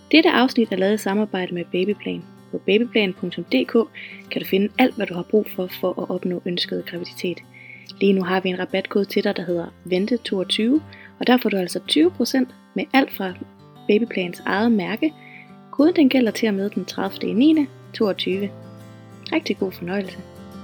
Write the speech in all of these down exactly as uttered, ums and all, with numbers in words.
Dette afsnit er lavet i samarbejde med Babyplan. På babyplan punktum d k kan du finde alt, hvad du har brug for for at opnå ønsket graviditet. Lige nu har vi en rabatkode til dig, der hedder vente toogtyve, og der får du altså tyve procent med alt fra Babyplans eget mærke. Koden den gælder til og med den tredivte niende toogtyve. Rigtig god fornøjelse.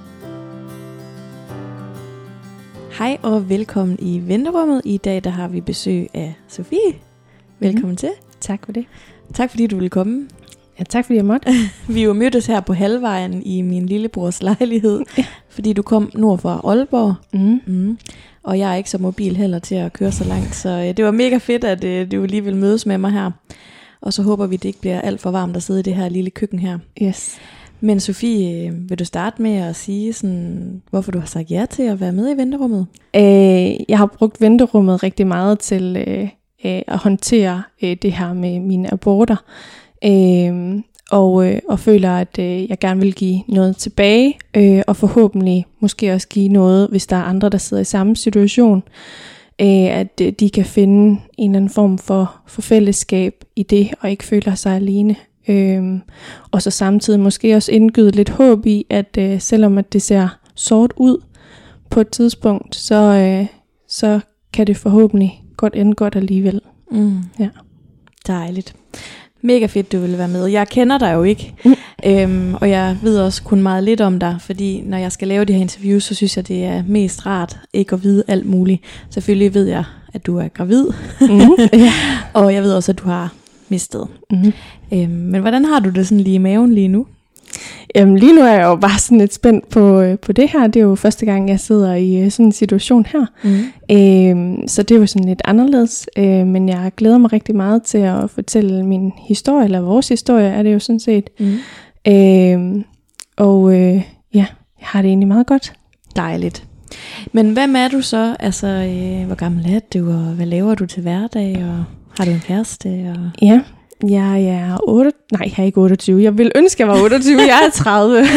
Hej og velkommen i venterummet. I dag der har vi besøg af Sofie. Velkommen mm. til. Tak for det. Tak fordi du ville komme. Ja, tak fordi jeg måtte. Vi er jo mødtes her på halvvejen i min lillebrors lejlighed, ja. Fordi du kom nord fra Aalborg. Mm. Mm. Og jeg er ikke så mobil heller til at køre så langt, så øh, det var mega fedt, at øh, du lige vil mødes med mig her. Og så håber vi, det ikke bliver alt for varmt at sidde i det her lille køkken her. Yes. Men Sofie, vil du starte med at sige, sådan, hvorfor du har sagt ja til at være med i venterummet? Øh, jeg har brugt venterummet rigtig meget til øh, øh, at håndtere øh, det her med mine aborter. Øh, og, øh, og føler, at øh, jeg gerne vil give noget tilbage, øh, og forhåbentlig måske også give noget, hvis der er andre, der sidder i samme situation. Øh, at øh, de kan finde en eller anden form for, for fællesskab i det, og ikke føler sig alene. Øhm, og så samtidig måske også indgyde lidt håb i, at øh, selvom at det ser sort ud på et tidspunkt, så, øh, så kan det forhåbentlig godt ende godt alligevel. Mm. Ja. Dejligt. Mega fedt, du ville være med. Jeg kender dig jo ikke, mm. øhm, og jeg ved også kun meget lidt om dig, fordi når jeg skal lave de her interviews, så synes jeg, det er mest rart ikke at vide alt muligt. Selvfølgelig ved jeg, at du er gravid, mm. ja. Og jeg ved også, at du har mistet. Mm-hmm. Øhm, men hvordan har du det sådan lige i maven lige nu? Jamen lige nu er jeg jo bare sådan lidt spændt på, på det her. Det er jo første gang, jeg sidder i sådan en situation her. Mm. Øhm, så det er jo sådan lidt anderledes. Øhm, men jeg glæder mig rigtig meget til at fortælle min historie, eller vores historie er det jo sådan set. Mm. Øhm, og øh, ja, jeg har det egentlig meget godt. Dejligt. Men hvem er du så? Altså, øh, hvor gammel er du, og hvad laver du til hverdag, og har du en kæreste? Og... Ja, jeg er otte... Nej, jeg er ikke otteogtyve. Jeg ville ønske, jeg var otteogtyve. Jeg er tredive.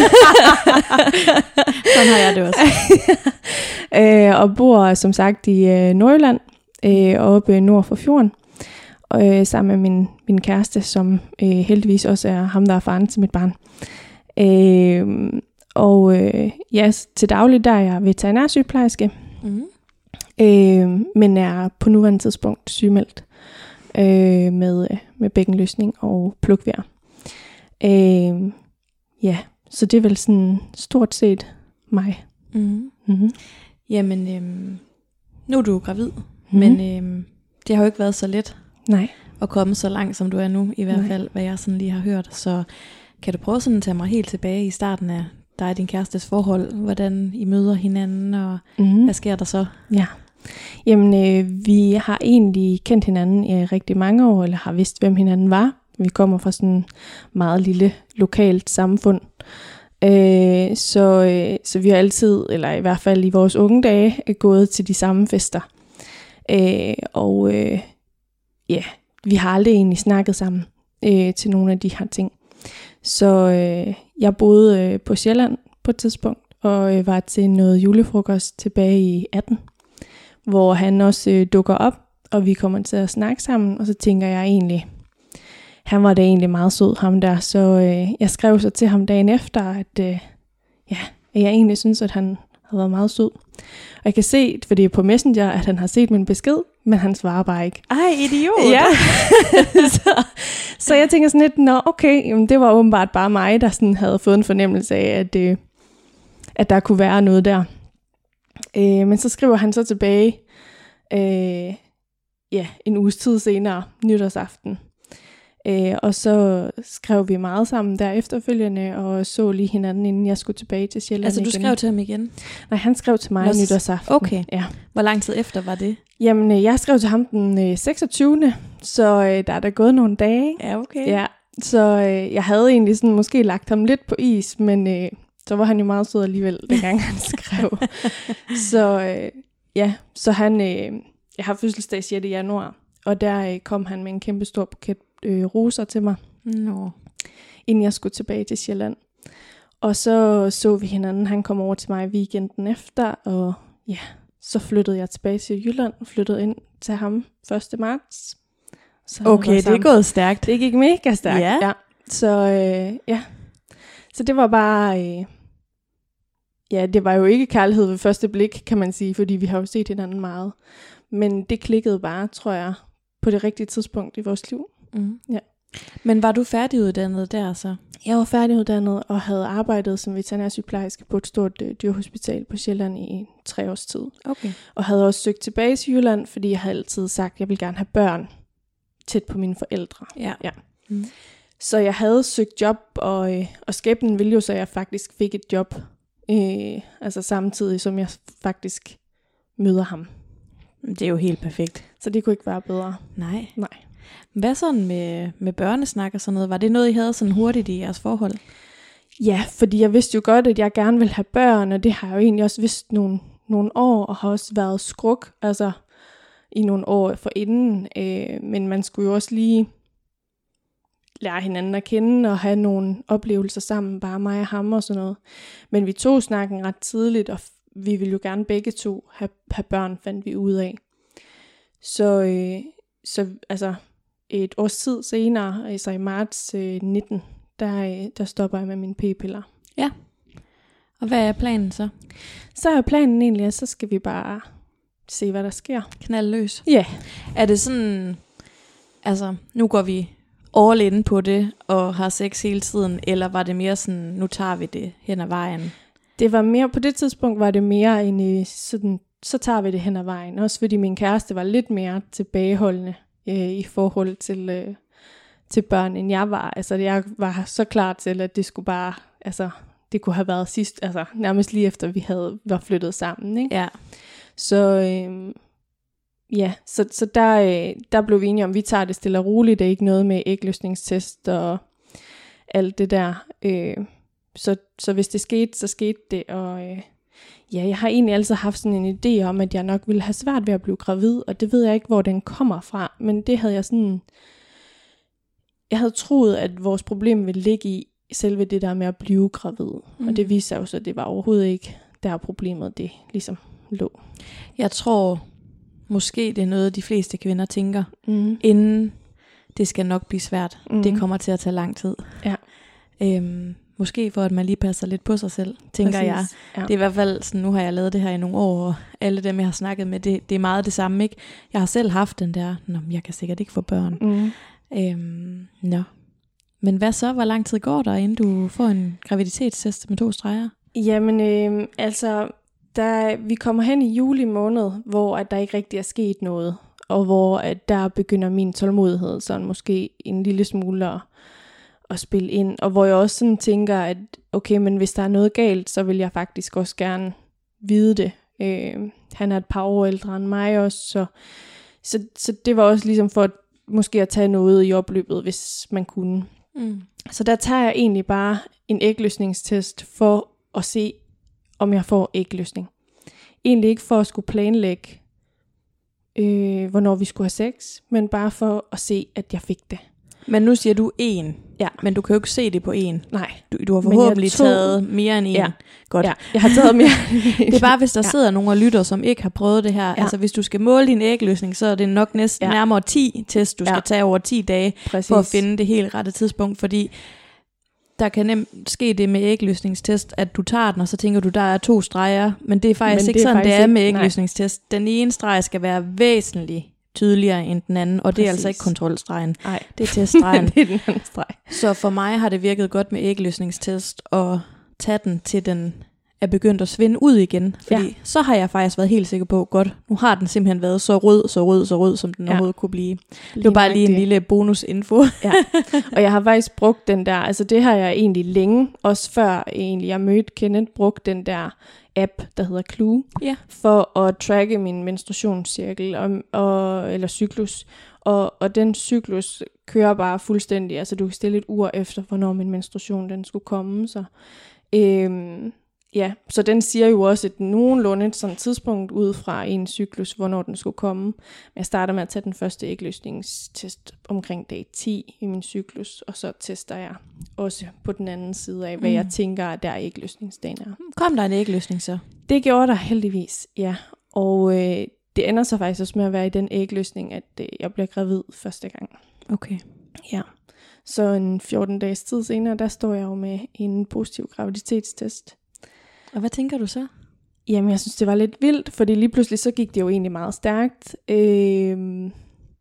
Sådan har jeg det også. øh, og bor som sagt i øh, Nordjylland, øh, oppe nord for fjorden. Og, øh, sammen med min, min kæreste, som øh, heldigvis også er ham, der er faren til mit barn. Øh, og øh, ja, til daglig der er jeg veterinærsygeplejerske. Mm. Øh, men er på nuværende tidspunkt sygemeldt. Øh, med, med bækkenløsning og plukvejr. Øh, ja, så det er vel sådan stort set mig. Mm. Mm-hmm. Jamen, øhm, nu er du gravid, mm. men øhm, det har jo ikke været så let. Nej. At komme så langt, som du er nu, i hvert fald, Nej. Hvad jeg sådan lige har hørt. Så kan du prøve sådan at tage mig helt tilbage i starten af dig og din kærestes forhold, hvordan I møder hinanden, og mm. hvad sker der så? Ja. Jamen, øh, vi har egentlig kendt hinanden i rigtig mange år, eller har vidst, hvem hinanden var. Vi kommer fra sådan et meget lille lokalt samfund. Øh, så, øh, så vi har altid, eller i hvert fald i vores unge dage, gået til de samme fester. Øh, og øh, ja, vi har aldrig egentlig snakket sammen øh, til nogle af de her ting. Så øh, jeg boede øh, på Sjælland på et tidspunkt, og øh, var til noget julefrokost tilbage i atten. Hvor han også øh, dukker op, og vi kommer til at snakke sammen, og så tænker jeg egentlig, han var da egentlig meget sød, ham der, så øh, jeg skrev så til ham dagen efter, at, øh, ja, at jeg egentlig synes, at han havde været meget sød. Og jeg kan se, fordi det er på Messenger, at han har set min besked, men han svarer bare ikke. Ej, idiot! Ja. så, så jeg tænker sådan lidt, nå okay, jamen, det var åbenbart bare mig, der sådan havde fået en fornemmelse af, at, øh, at der kunne være noget der. Øh, men så skriver han så tilbage, øh, ja, en uges tid senere, nytårsaften. Øh, og så skrev vi meget sammen der efterfølgende, og så lige hinanden, inden jeg skulle tilbage til Sjælland. Altså du igen. skrev til ham igen? Nej, han skrev til mig Nå, nytårsaften. Okay. Ja. Hvor lang tid efter var det? Jamen, jeg skrev til ham den seksogtyvende Så øh, der er der gået nogle dage. Ja, okay. Ja, så øh, jeg havde egentlig sådan måske lagt ham lidt på is, men øh, så var han jo meget sød alligevel, dengang han skrev. så øh, ja, så han, øh, jeg har fødselsdag sjette januar, og der øh, kom han med en kæmpe stor buket øh, roser til mig, Nå. inden jeg skulle tilbage til Sjælland. Og så så vi hinanden, han kom over til mig weekenden efter, og ja, så flyttede jeg tilbage til Jylland og flyttede ind til ham første marts. Så Okay, det er gået stærkt. Det gik mega stærkt, ja. ja. Så øh, ja, så det var bare, øh, ja, det var jo ikke kærlighed ved første blik, kan man sige, fordi vi har jo set hinanden meget. Men det klikkede bare, tror jeg, på det rigtige tidspunkt i vores liv. Mm. Ja. Men var du færdiguddannet der så? Jeg var færdiguddannet og havde arbejdet som veterinærsygeplejerske på et stort øh, dyrhospital på Sjælland i tre års tid. Okay. Og havde også søgt tilbage til Jylland, fordi jeg havde altid sagt, at jeg ville gerne have børn tæt på mine forældre. Ja. ja. Mm. Så jeg havde søgt job, og, øh, og skæbnen ville jo så, at jeg faktisk fik et job, øh, altså samtidig som jeg faktisk møder ham. Det er jo helt perfekt. Så det kunne ikke være bedre. Nej. Nej. Hvad sådan med, med børnesnak og sådan noget? Var det noget, I havde sådan hurtigt i jeres forhold? Ja, fordi jeg vidste jo godt, at jeg gerne ville have børn, og det har jeg jo egentlig også vidst nogle, nogle år, og har også været skruk, altså i nogle år forinden. Øh, men man skulle jo også lige lære hinanden at kende, og have nogle oplevelser sammen, bare mig og ham og sådan noget. Men vi tog snakken ret tidligt, og vi ville jo gerne begge to have, have børn, fandt vi ud af. Så, øh, så altså et års tid senere, altså i marts øh, nitten, der, øh, der stopper jeg med mine p-piller. Ja. Og hvad er planen så? Så er planen egentlig, at så skal vi bare se, hvad der sker. Knald løs. Ja. Yeah. Er det sådan, altså nu går vi all in på det, og har sex hele tiden, eller var det mere sådan, nu tager vi det hen ad vejen? Det var mere, på det tidspunkt var det mere en sådan, så tager vi det hen ad vejen. Også fordi min kæreste var lidt mere tilbageholdende øh, i forhold til, øh, til børn, end jeg var. Altså jeg var så klar til, at det skulle bare, altså det kunne have været sidst, altså nærmest lige efter vi havde var flyttet sammen, ikke? Ja. Så øh, ja, så, så der, øh, der blev vi enige om, vi tager det stille og roligt. Det er ikke noget med ægløsningstest og alt det der. Øh, så, så hvis det skete, så skete det. Og øh, ja, jeg har egentlig altid haft sådan en idé om, at jeg nok ville have svært ved at blive gravid. Og det ved jeg ikke, hvor den kommer fra. Men det havde jeg sådan... Jeg havde troet, at vores problem ville ligge i selve det der med at blive gravid. Mm. Og det viste sig jo så, at det var overhovedet ikke der problemet, det ligesom lå. Jeg tror måske, det er noget, de fleste kvinder tænker, Mm. inden det skal nok blive svært. Mm. Det kommer til at tage lang tid. Ja. Øhm, måske for, at man lige passer lidt på sig selv, tænker Præcis. jeg. Ja. Det er i hvert fald sådan, nu har jeg lavet det her i nogle år, og alle dem, jeg har snakket med, det, det er meget det samme, ikke? Jeg har selv haft den der, nå, jeg kan sikkert ikke få børn. Mm. Øhm, nå. Men hvad så? Hvor lang tid går der, inden du får en graviditetstest med to streger? Jamen, øh, altså, der, vi kommer hen i juli måned, hvor at der ikke rigtig er sket noget, og hvor at der begynder min tålmodighed sådan måske en lille smule at, at spille ind, og hvor jeg også sådan tænker, at okay, men hvis der er noget galt, så vil jeg faktisk også gerne vide det. Øh, han er et par år ældre end mig også, så, så, så det var også ligesom for at, måske at tage noget i opløbet, hvis man kunne. Mm. Så der tager jeg egentlig bare en ægløsningstest for at se, om jeg får ægløsning. Egentlig ikke for at skulle planlægge, øh, hvornår vi skulle have sex, men bare for at se, at jeg fik det. Men nu siger du en, Ja. men du kan jo ikke se det på en. Nej. Du, du har Men jeg forhåbentlig tog- taget mere end en. Ja. Godt. Ja, jeg har taget mere. Det er bare, hvis der Ja. sidder nogen og lytter, som ikke har prøvet det her. Ja. Altså, hvis du skal måle din ægløsning, så er det nok næsten Ja. nærmere ti test, du Ja. skal tage over ti dage, Præcis. for at finde det helt rette tidspunkt, fordi der kan nemt ske det med ægløsningstest, at du tager den, og så tænker du, der er to streger, men det er faktisk Men ikke det er sådan, faktisk det er med ikke- nej. ægløsningstest. Den ene streg skal være væsentligt tydeligere end den anden, og det er Præcis. altså ikke kontrolstregen. Nej, Det er teststregen. det er den anden streg. Så for mig har det virket godt med ægløsningstest og tage den til den er begyndt at svinde ud igen. Fordi Ja. så har jeg faktisk været helt sikker på, godt, nu har den simpelthen været så rød, så rød, så rød, som den Ja. overhovedet kunne blive. Det var bare lige en lille bonusinfo. Ja, og jeg har faktisk brugt den der, altså det har jeg egentlig længe, også før egentlig jeg mødte Kenneth, brugt den der app, der hedder Clue, Ja. for at tracke min menstruationscirkel, og, og, eller cyklus. Og, og den cyklus kører bare fuldstændig, altså du kan stille et ur efter, hvornår min menstruation den skulle komme. Så, øhm, ja, så den siger jo også et nogenlunde et sådan tidspunkt ud fra en cyklus, hvornår den skulle komme. Men jeg starter med at tage den første ægløsningstest omkring dag ti i min cyklus, og så tester jeg også på den anden side af, hvad Mm. jeg tænker, at der ægløsningsdagen er. Kom der en ægløsning så? Det gjorde der heldigvis, ja. Og øh, det ender så faktisk også med at være i den ægløsning, at øh, jeg bliver gravid første gang. Okay. Ja. Så en fjorten dages tid senere, der står jeg jo med en positiv graviditetstest. Og hvad tænker du så? Jamen, jeg synes, det var lidt vildt, fordi lige pludselig så gik det jo egentlig meget stærkt. Øh,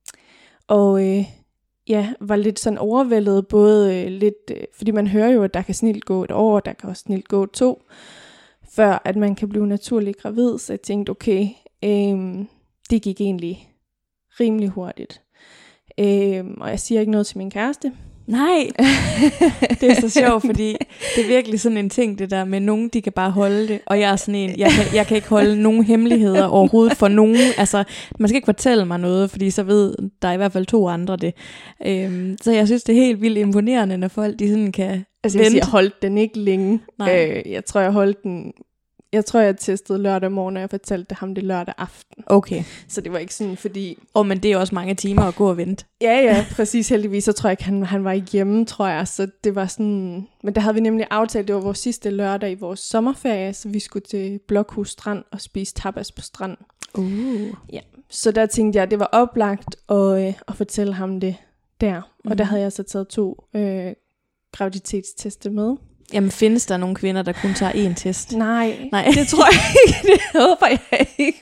og øh, ja, var lidt sådan overvældet, både øh, lidt, øh, fordi man hører jo, at der kan snilt gå et år, der kan også snilt gå to, før at man kan blive naturligt gravid. Så jeg tænkte, okay, øh, det gik egentlig rimelig hurtigt. Øh, og jeg siger ikke noget til min kæreste. Nej, det er så sjovt, fordi det er virkelig sådan en ting, det der med nogen, de kan bare holde det, og jeg er sådan en, jeg kan, jeg kan ikke holde nogen hemmeligheder overhovedet for nogen, altså man skal ikke fortælle mig noget, fordi så ved der er i hvert fald to andre det. Øhm, så jeg synes, det er helt vildt imponerende, når folk de sådan kan Altså jeg, siger, jeg holdt den ikke længe. Nej. Øh, jeg tror, jeg holdt den... Jeg tror, jeg testede lørdag morgen, og jeg fortalte ham det lørdag aften. Okay. Så det var ikke sådan, fordi... Åh, oh, men det er også mange timer at gå og vente. Ja, ja, præcis. Heldigvis, så tror jeg ikke, han, han var hjemme, tror jeg. Så det var sådan... Men der havde vi nemlig aftalt, det var vores sidste lørdag i vores sommerferie, så vi skulle til Blokhus Strand og spise tapas på strand. Uh. Ja. Så der tænkte jeg, at det var oplagt at, øh, at fortælle ham det der. Mm. Og der havde jeg så taget to øh, graviditetstester med. Jamen, findes der nogle kvinder, der kun tager én test? Nej, Nej, det tror jeg ikke. Det håber jeg ikke.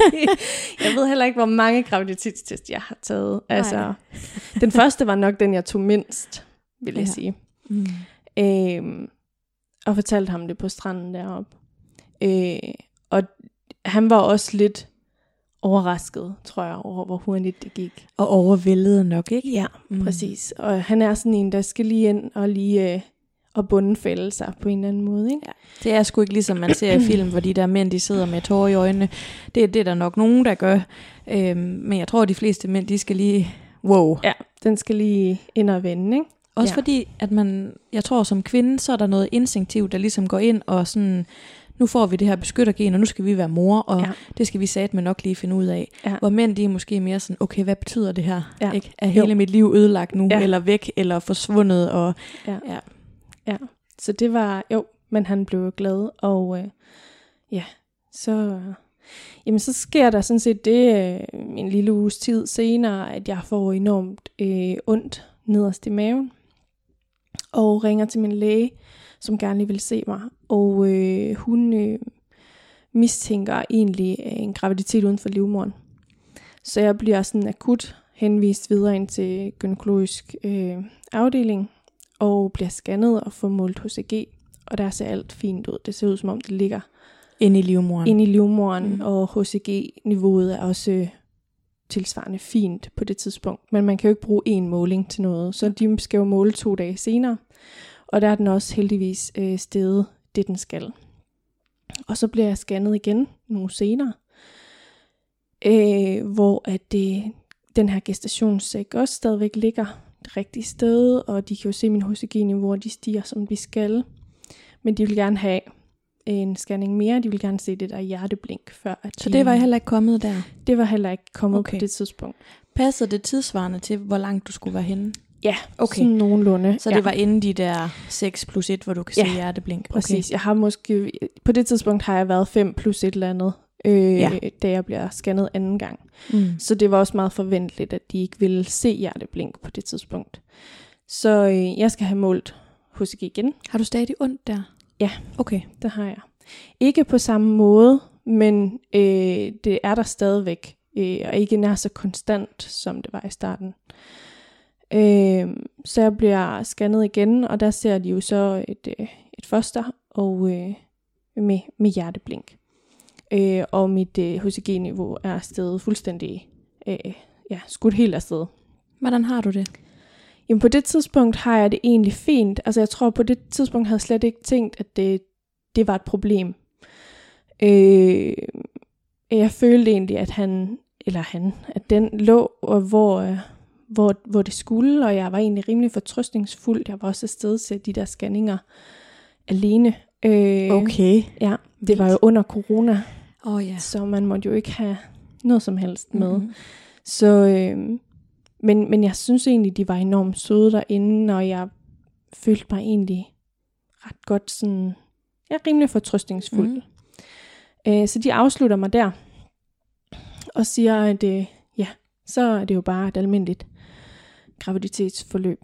Jeg ved heller ikke, hvor mange graviditetstest jeg har taget. Altså, den første var nok den, jeg tog mindst, vil jeg ja. sige. Mm. Øhm, og fortalte ham det på stranden deroppe. Øh, og han var også lidt overrasket, tror jeg, over hvor hurtigt det gik. Og overvældet nok, ikke? Ja, mm. præcis. Og han er sådan en, der skal lige ind og lige... Øh, og bundfælde sig på en eller anden måde, ikke? Ja. Det er sgu ikke ligesom man ser i film, hvor de der mænd, de sidder med tårer i øjnene. Det er det, der nok nogen, der gør. Øhm, men jeg tror, at de fleste mænd, de skal lige... Wow. Ja, den skal lige ind og vende, ikke? Også ja. fordi, at man... Jeg tror, som kvinde, så er der noget instinktivt, der ligesom går ind og sådan... Nu får vi det her beskyttergen, og nu skal vi være mor, og ja. det skal vi satme nok lige finde ud af. Ja. Hvor mænd, de er måske mere sådan, okay, hvad betyder det her? Ja. Ikke? Er hele jo. mit liv ødelagt nu, ja. eller væk, eller forsvundet, og... Ja. ja. Ja, så det var, jo, men han blev glad, og øh, ja, så, jamen så sker der sådan set det øh, en lille uges tid senere, at jeg får enormt øh, ondt nederst i maven, og ringer til min læge, som gerne lige vil se mig, og øh, hun øh, mistænker egentlig en graviditet uden for livmoderen. Så jeg bliver sådan akut henvist videre ind til gynækologisk øh, afdeling, og bliver scannet og får målt H C G, og der ser alt fint ud. Det ser ud som om det ligger inde i livmoderen. Inde i livmoderen, mm. og H C G-niveauet er også øh, tilsvarende fint på det tidspunkt. Men man kan jo ikke bruge én måling til noget, så de skal jo måle to dage senere, og der er den også heldigvis øh, steget det, den skal. Og så bliver jeg scannet igen nogle senere, øh, hvor at det, den her gestationssæk også stadigvæk ligger det rigtige sted, og de kan jo se min H C G-niveau, de stiger, som de skal. Men de vil gerne have en scanning mere, de vil gerne se det der hjerteblink før. At Så de, det var heller ikke kommet der? Det var heller ikke kommet okay. på det tidspunkt. Passede det tidsvarende til, hvor langt du skulle være henne? Ja, okay. Sådan nogenlunde. Så ja. det var inden de der seks plus et, hvor du kan ja, se hjerteblink? Okay. Præcis. Jeg har måske, på det tidspunkt har jeg været fem plus et eller andet, øh, ja. da jeg bliver scannet anden gang. Mm. Så det var også meget forventeligt, at de ikke ville se hjerteblink på det tidspunkt. Så øh, jeg skal have målt H C G igen. Har du stadig ondt der? Ja, okay, det har jeg. Ikke på samme måde, men øh, det er der stadigvæk, øh, og ikke nær så konstant, som det var i starten. Øh, så jeg bliver scannet igen, og der ser de jo så et, øh, et foster og øh, med, med hjerteblink. Øh, og mit øh, H C G-niveau er steget fuldstændig øh, ja, skudt helt afsted. Hvordan har du det? Jamen på det tidspunkt har jeg det egentlig fint. Altså jeg tror på det tidspunkt havde jeg slet ikke tænkt, at det, det var et problem. Øh, jeg følte egentlig, at han, eller han, at den lå, hvor, hvor, hvor det skulle, og jeg var egentlig rimelig fortrøstningsfuld. Jeg var også afsted til de der scanninger alene. Øh, okay. Ja, det var jo under corona, oh, ja. så man måtte jo ikke have noget som helst med. Mm-hmm. Så, øh, men, men jeg synes egentlig, de var enormt søde derinde, og jeg følte mig egentlig ret godt sådan, jeg er rimelig fortrøstningsfuld. Mm. Øh, så de afslutter mig der. og siger, at øh, ja, så er det jo bare et almindeligt graviditetsforløb.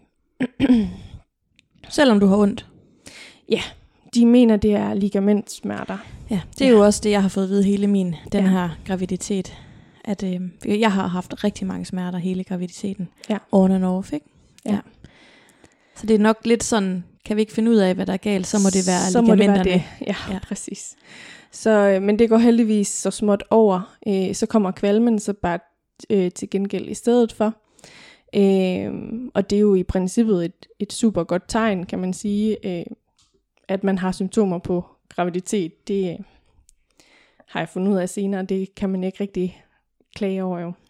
Selvom du har ondt? Ja, de mener, det er ligamentsmerter. Ja, det er ja. jo også det, jeg har fået at vide hele min, den ja. her graviditet. At øh, jeg har haft rigtig mange smerter hele graviditeten. Ja. On and off, ikke? Ja. ja. Så det er nok lidt sådan, kan vi ikke finde ud af, hvad der er galt, så må det være så ligamenterne. Må det være det. Ja, ja, præcis. Så, øh, men det går heldigvis så småt over. Øh, så kommer kvalmen så bare øh, til gengæld i stedet for. Øh, og det er jo i princippet et, et super godt tegn, kan man sige, øh, at man har symptomer på graviditet. Det øh, har jeg fundet ud af senere, det kan man ikke rigtig klage over jo.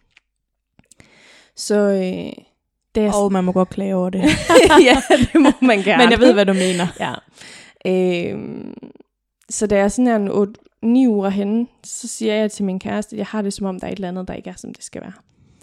Så øh, det er... Og man må godt klage over det. Ja, det må man gerne. Men jeg ved, hvad du mener. Ja. Øh, så da jeg sådan er en otte ni uger henne, så siger jeg til min kæreste, at jeg har det som om, der er et eller andet, der ikke er, som det skal være.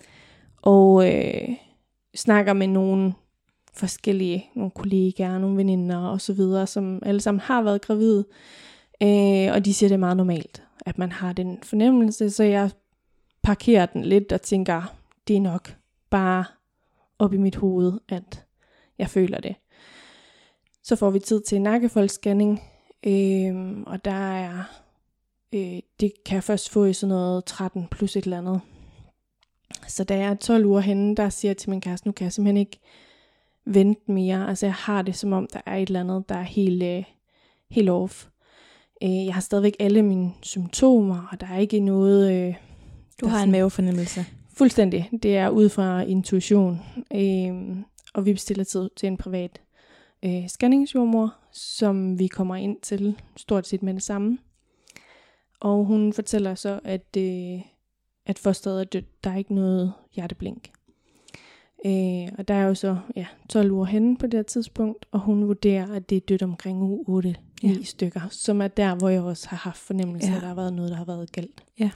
Og øh, snakker med nogle forskellige, nogle kollegaer, nogle veninder og så videre, som alle sammen har været gravide. Øh, og de siger, det er meget normalt, at man har den fornemmelse, så jeg parkerer den lidt og tænker, det er nok bare op i mit hoved, at jeg føler det. Så får vi tid til nakkefoldsscanning, øh, og der er, øh, det kan jeg først få i sådan noget tretten plus et eller andet. Så da jeg er tolv uger henne, der siger jeg til min kæreste, nu kan jeg simpelthen ikke vente mere. Altså jeg har det som om, der er et eller andet, der er helt, øh, helt off. Øh, jeg har stadigvæk alle mine symptomer, og der er ikke noget... Øh, du har en mavefornemmelse. Fuldstændig. Det er ud fra intuition. Øh, og vi bestiller tid til en privat øh, scanningsjordmor, som vi kommer ind til stort set med det samme. Og hun fortæller så, at, øh, at fosteret er dødt. Der er ikke noget hjerteblink. Øh, og der er jo så ja, tolv uger henne på det her tidspunkt, og hun vurderer, at det er dødt omkring uge otte ni ja. stykker, som er der, hvor jeg også har haft fornemmelse, ja. at der har været noget, der har været galt. Ja.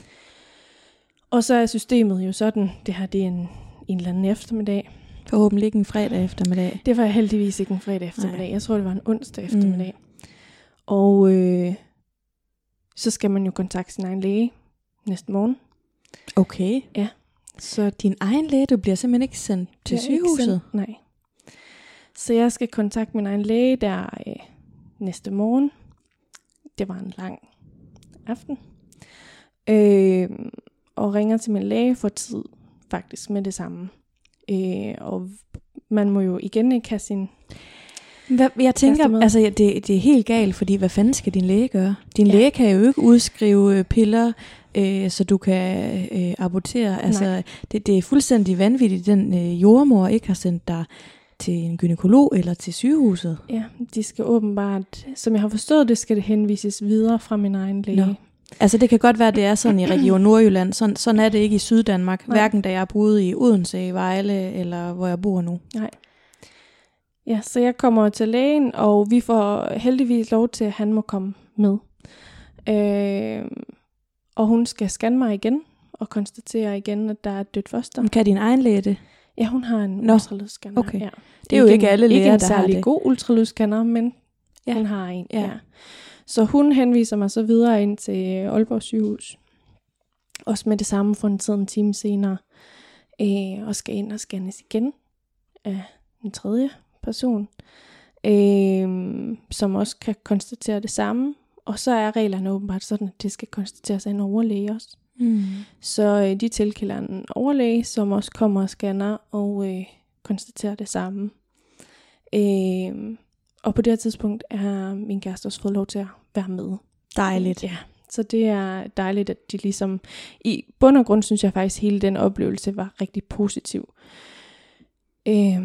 Og så er systemet jo sådan, det her det er en, en eller anden eftermiddag. Forhåbentlig ikke en fredag eftermiddag. Det var heldigvis ikke en fredag eftermiddag. Nej. Jeg tror, det var en onsdag eftermiddag. Mm. Og øh, så skal man jo kontakte sin egen læge næste morgen. Okay. Ja. Så din egen læge, du bliver simpelthen ikke sendt til sygehuset? Sendt, nej. Så jeg skal kontakte min egen læge der øh, næste morgen. Det var en lang aften. Øh, og ringer til min læge for tid, faktisk med det samme. Øh, og man må jo igen ikke have sin... Hvad, jeg tænker, altså det, det er helt galt, fordi hvad fanden skal din læge gøre? Din ja. læge kan jo ikke udskrive piller, øh, så du kan øh, abortere. Altså det, det er fuldstændig vanvittigt, den øh, jordmor ikke har sendt dig til en gynekolog eller til sygehuset. Ja, de skal åbenbart, som jeg har forstået det, skal det henvises videre fra min egen læge. Nå. Altså det kan godt være, at det er sådan i Region Nordjylland. Sådan, sådan er det ikke i Syddanmark. Nej. Hverken da jeg boede i Odense, i Vejle, eller hvor jeg bor nu. Nej. Ja, så jeg kommer til lægen, og vi får heldigvis lov til, at han må komme med. Øh, og hun skal scanne mig igen, og konstatere igen, at der er et dødt foster. Kan din egen læge det? Ja, hun har en ultralydsscanner. Okay. Ja. Det er jo ikke alle læger, der har det. Ikke en særlig god ultralydsscanner, men ja. hun har en. Ja. Ja. Så hun henviser mig så videre ind til Aalborg sygehus. Også med det samme for en tid en time senere. Øh, og skal ind og scannes igen af en tredje person, øh, som også kan konstatere det samme. Og så er reglerne åbenbart sådan, at det skal konstateres af en overlæge også. Mm. Så øh, de tilkalder en overlæge, som også kommer og scanner og øh, konstaterer det samme. Øh, og på det her tidspunkt er min kæreste også fået lov til at være med. Dejligt. Ja, så det er dejligt, at de ligesom... I bund og grund synes jeg faktisk, at hele den oplevelse var rigtig positiv. Øh,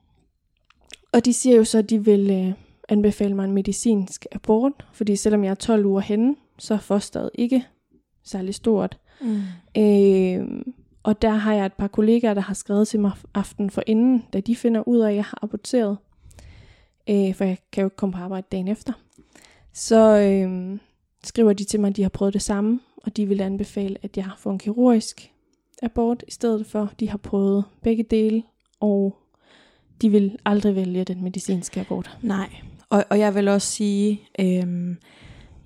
og de siger jo så, at de vil øh, anbefale mig en medicinsk abort, fordi selvom jeg er tolv uger henne, så er fosteret ikke særlig stort. Mm. Øh, og der har jeg et par kollegaer, der har skrevet til mig aften for inden, da de finder ud af, at jeg har aborteret. Øh, for jeg kan jo ikke komme på arbejde dagen efter. Så øh, skriver de til mig, at de har prøvet det samme, og de vil anbefale, at jeg får en kirurgisk abort i stedet for. De har prøvet begge dele, og de vil aldrig vælge den medicinske abort. Nej, og, og jeg vil også sige, øhm,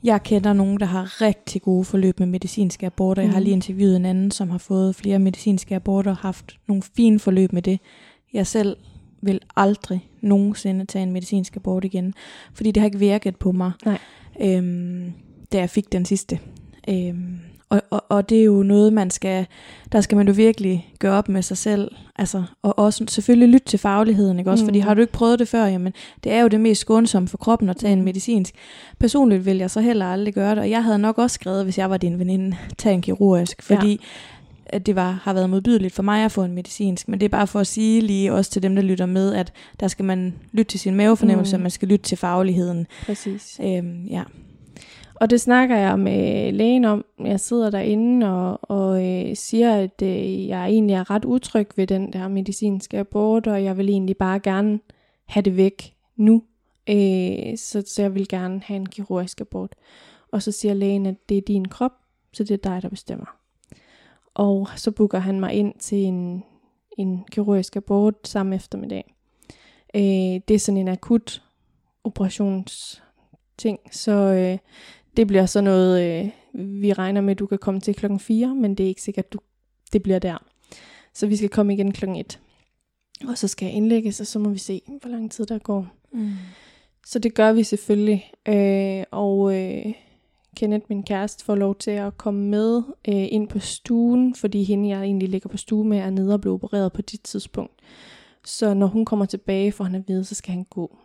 Jeg kender nogen, der har rigtig gode forløb med medicinske aborter. Jeg har lige interviewet en anden, som har fået flere medicinske aborter og haft nogle fine forløb med det. Jeg selv vil aldrig nogensinde tage en medicinsk abort igen, fordi det har ikke virket på mig, Nej. Øhm, da jeg fik den sidste. Øhm, og, og, og det er jo noget, man skal, der skal man jo virkelig gøre op med sig selv, altså, og også selvfølgelig lytte til fagligheden, ikke også, mm. fordi har du ikke prøvet det før, jamen, det er jo det mest skånsomme for kroppen at tage en medicinsk. Personligt vil jeg så heller aldrig gøre det, og jeg havde nok også skrevet, hvis jeg var din veninde, tage en kirurgisk, fordi ja. at det var, har været modbydeligt for mig at få en medicinsk, men det er bare for at sige lige også til dem, der lytter med, at der skal man lytte til sin mavefornemmelse, mm. man skal lytte til fagligheden. Præcis. Øhm, ja. Og det snakker jeg med lægen om. Jeg sidder derinde og, og øh, siger, at øh, jeg egentlig er ret utryg ved den der medicinske abort, og jeg vil egentlig bare gerne have det væk nu. Øh, så, så jeg vil gerne have en kirurgisk abort. Og så siger lægen, at det er din krop, så det er dig, der bestemmer. Og så booker han mig ind til en, en kirurgisk abort samme eftermiddag. Øh, det er sådan en akut operationsting, så øh, det bliver så noget, øh, vi regner med, at du kan komme til klokken fire, men det er ikke sikkert, at du, det bliver der. Så vi skal komme igen klokken et. Og så skal jeg indlægges, og så må vi se, hvor lang tid der går. Mm. Så det gør vi selvfølgelig. Øh, og øh, Kenneth, min kæreste, får lov til at komme med øh, ind på stuen, fordi hende, jeg egentlig ligger på stue med, er nede og blev opereret på dit tidspunkt. Så når hun kommer tilbage, får han at vide, så skal han gå.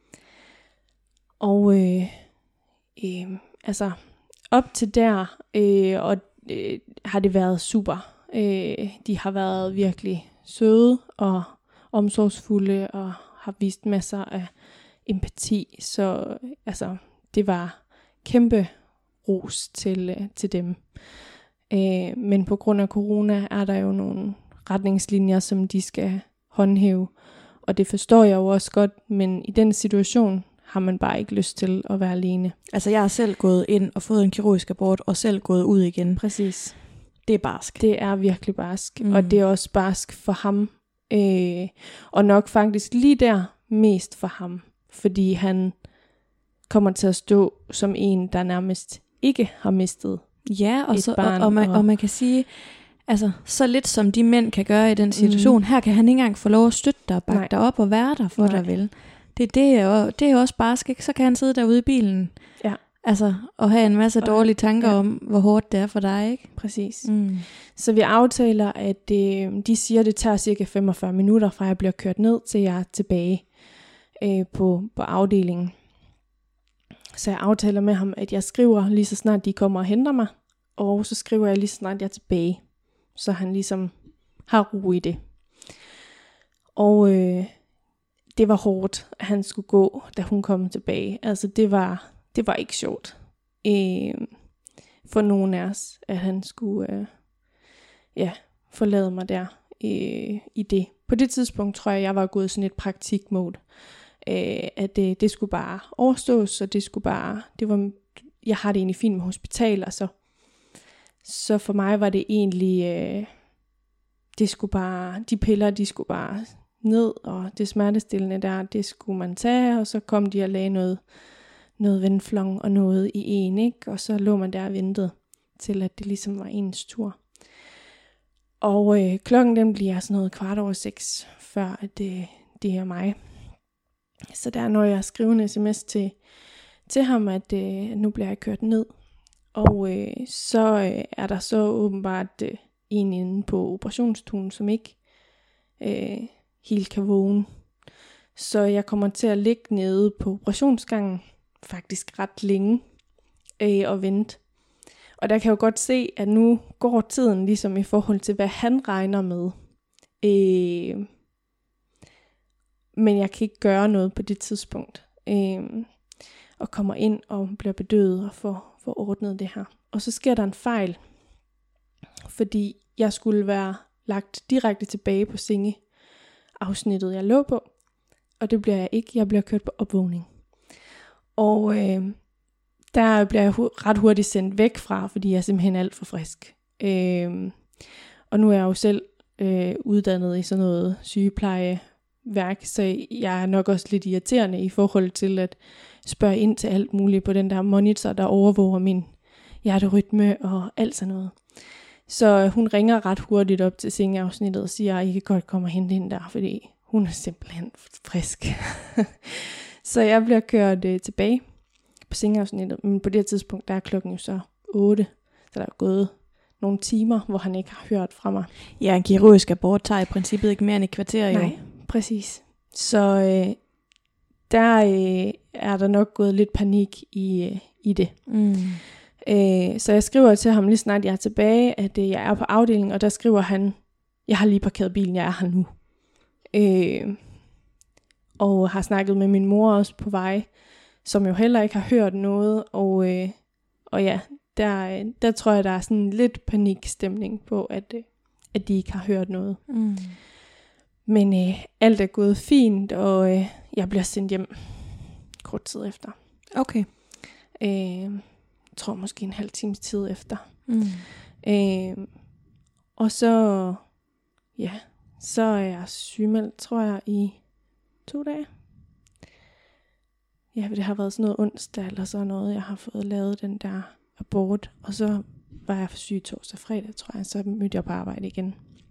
Og øh, øh, altså op til der, øh, og øh, har det været super. Øh, de har været virkelig søde og omsorgsfulde og har vist masser af empati. Så altså, det var kæmpe ros til, øh, til dem. Øh, men på grund af corona er der jo nogle retningslinjer, som de skal håndhæve. Og det forstår jeg jo også godt, men i den situation har man bare ikke lyst til at være alene. Altså jeg har selv gået ind og fået en kirurgisk abort, og selv gået ud igen. Præcis. Det er barsk. Det er virkelig barsk, mm. og det er også barsk for ham. Øh, og nok faktisk lige der mest for ham, fordi han kommer til at stå som en, der nærmest ikke har mistet ja, og et så, barn. Og, og, man, og man kan sige, altså så lidt som de mænd kan gøre i den situation, mm. her kan han ikke engang få lov at støtte dig og bakke Nej. dig op og være der for Nej. dig vel. Det, det, er jo, det er jo også barsk, ikke? Så kan han sidde derude i bilen, ja. altså, og have en masse dårlige tanker ja. om, hvor hårdt det er for dig, ikke? Præcis. Mm. Så vi aftaler, at øh, de siger, at det tager cirka femogfyrre minutter, fra jeg bliver kørt ned, til jeg er tilbage øh, på, på afdelingen. Så jeg aftaler med ham, at jeg skriver lige så snart de kommer og henter mig, og så skriver jeg lige så snart jeg er tilbage, så han ligesom har ro i det. Og øh, det var hårdt, at han skulle gå, da hun kom tilbage. Altså det var, det var ikke sjovt øh, for nogen af os, at han skulle øh, ja, forlade mig der øh, i det. På det tidspunkt tror jeg, jeg var gået sådan et praktikmode. Øh, at det, det skulle bare overstås, og det skulle bare, det var, jeg har det egentlig fint med hospitaler, så, så for mig var det egentlig, øh, det skulle bare, de piller, de skulle bare ned, og det smertestillende der, det skulle man tage, og så kom de og lagde noget, noget Venflon og noget i en, ikke? Og så lå man der og ventede til, at det ligesom var ens tur. Og øh, klokken den bliver sådan noget kvart over seks, før at det, det er mig. Så der når jeg skriver en sms til, til ham, at øh, nu bliver jeg kørt ned. Og øh, så øh, er der så åbenbart øh, en inde på operationsstuen, som ikke øh, helt kan vågne. Så jeg kommer til at ligge nede på operationsgangen, faktisk ret længe, øh, og vente. Og der kan jeg jo godt se, at nu går tiden ligesom i forhold til, hvad han regner med. Øh, Men jeg kan ikke gøre noget på det tidspunkt. Øhm, og kommer ind og bliver bedøvet og får, får ordnet det her. Og så sker der en fejl. Fordi jeg skulle være lagt direkte tilbage på sengeafsnittet, jeg lå på. Og det bliver jeg ikke. Jeg bliver kørt på opvågning. Og øh, der bliver jeg hu- ret hurtigt sendt væk fra, fordi jeg er simpelthen alt for frisk. Øh, og nu er jeg jo selv øh, uddannet i sådan noget sygepleje værk, så jeg er nok også lidt irriterende i forhold til, at spørger ind til alt muligt på den der monitor, der overvåger min hjerterytme og alt sådan noget. Så hun ringer ret hurtigt op til sengeafsnittet og siger, at I kan godt komme og hente hende der, fordi hun er simpelthen frisk. Så jeg bliver kørt øh, tilbage på sengeafsnittet, men på det her tidspunkt, der er klokken jo så otte, så der er gået nogle timer, hvor han ikke har hørt fra mig. Ja, en kirurgisk abort tager i princippet ikke mere end et kvarter. Nej, jo. præcis. Så øh, der øh, er der nok gået lidt panik i, øh, i det. Mm. Øh, så jeg skriver til ham lige snart jeg er tilbage, at øh, jeg er på afdelingen, og der skriver han, jeg har lige parkeret bilen, jeg er her nu. Øh, og har snakket med min mor også på vej, som jo heller ikke har hørt noget, og, øh, og ja, der, der tror jeg, der er sådan lidt panikstemning på, at, øh, at de ikke har hørt noget. Mm. Men øh, alt er gået fint, og øh, jeg bliver sendt hjem kort tid efter. Okay. Øh, jeg tror måske en halv times tid efter. Mm. Øh, og så, ja, så er jeg sygemeldt, tror jeg, i to dage. Ja, det har været sådan noget onsdag, eller så noget, jeg har fået lavet den der abort. Og så var jeg for syg torsdag fredag, tror jeg, så mødte jeg på arbejde igen.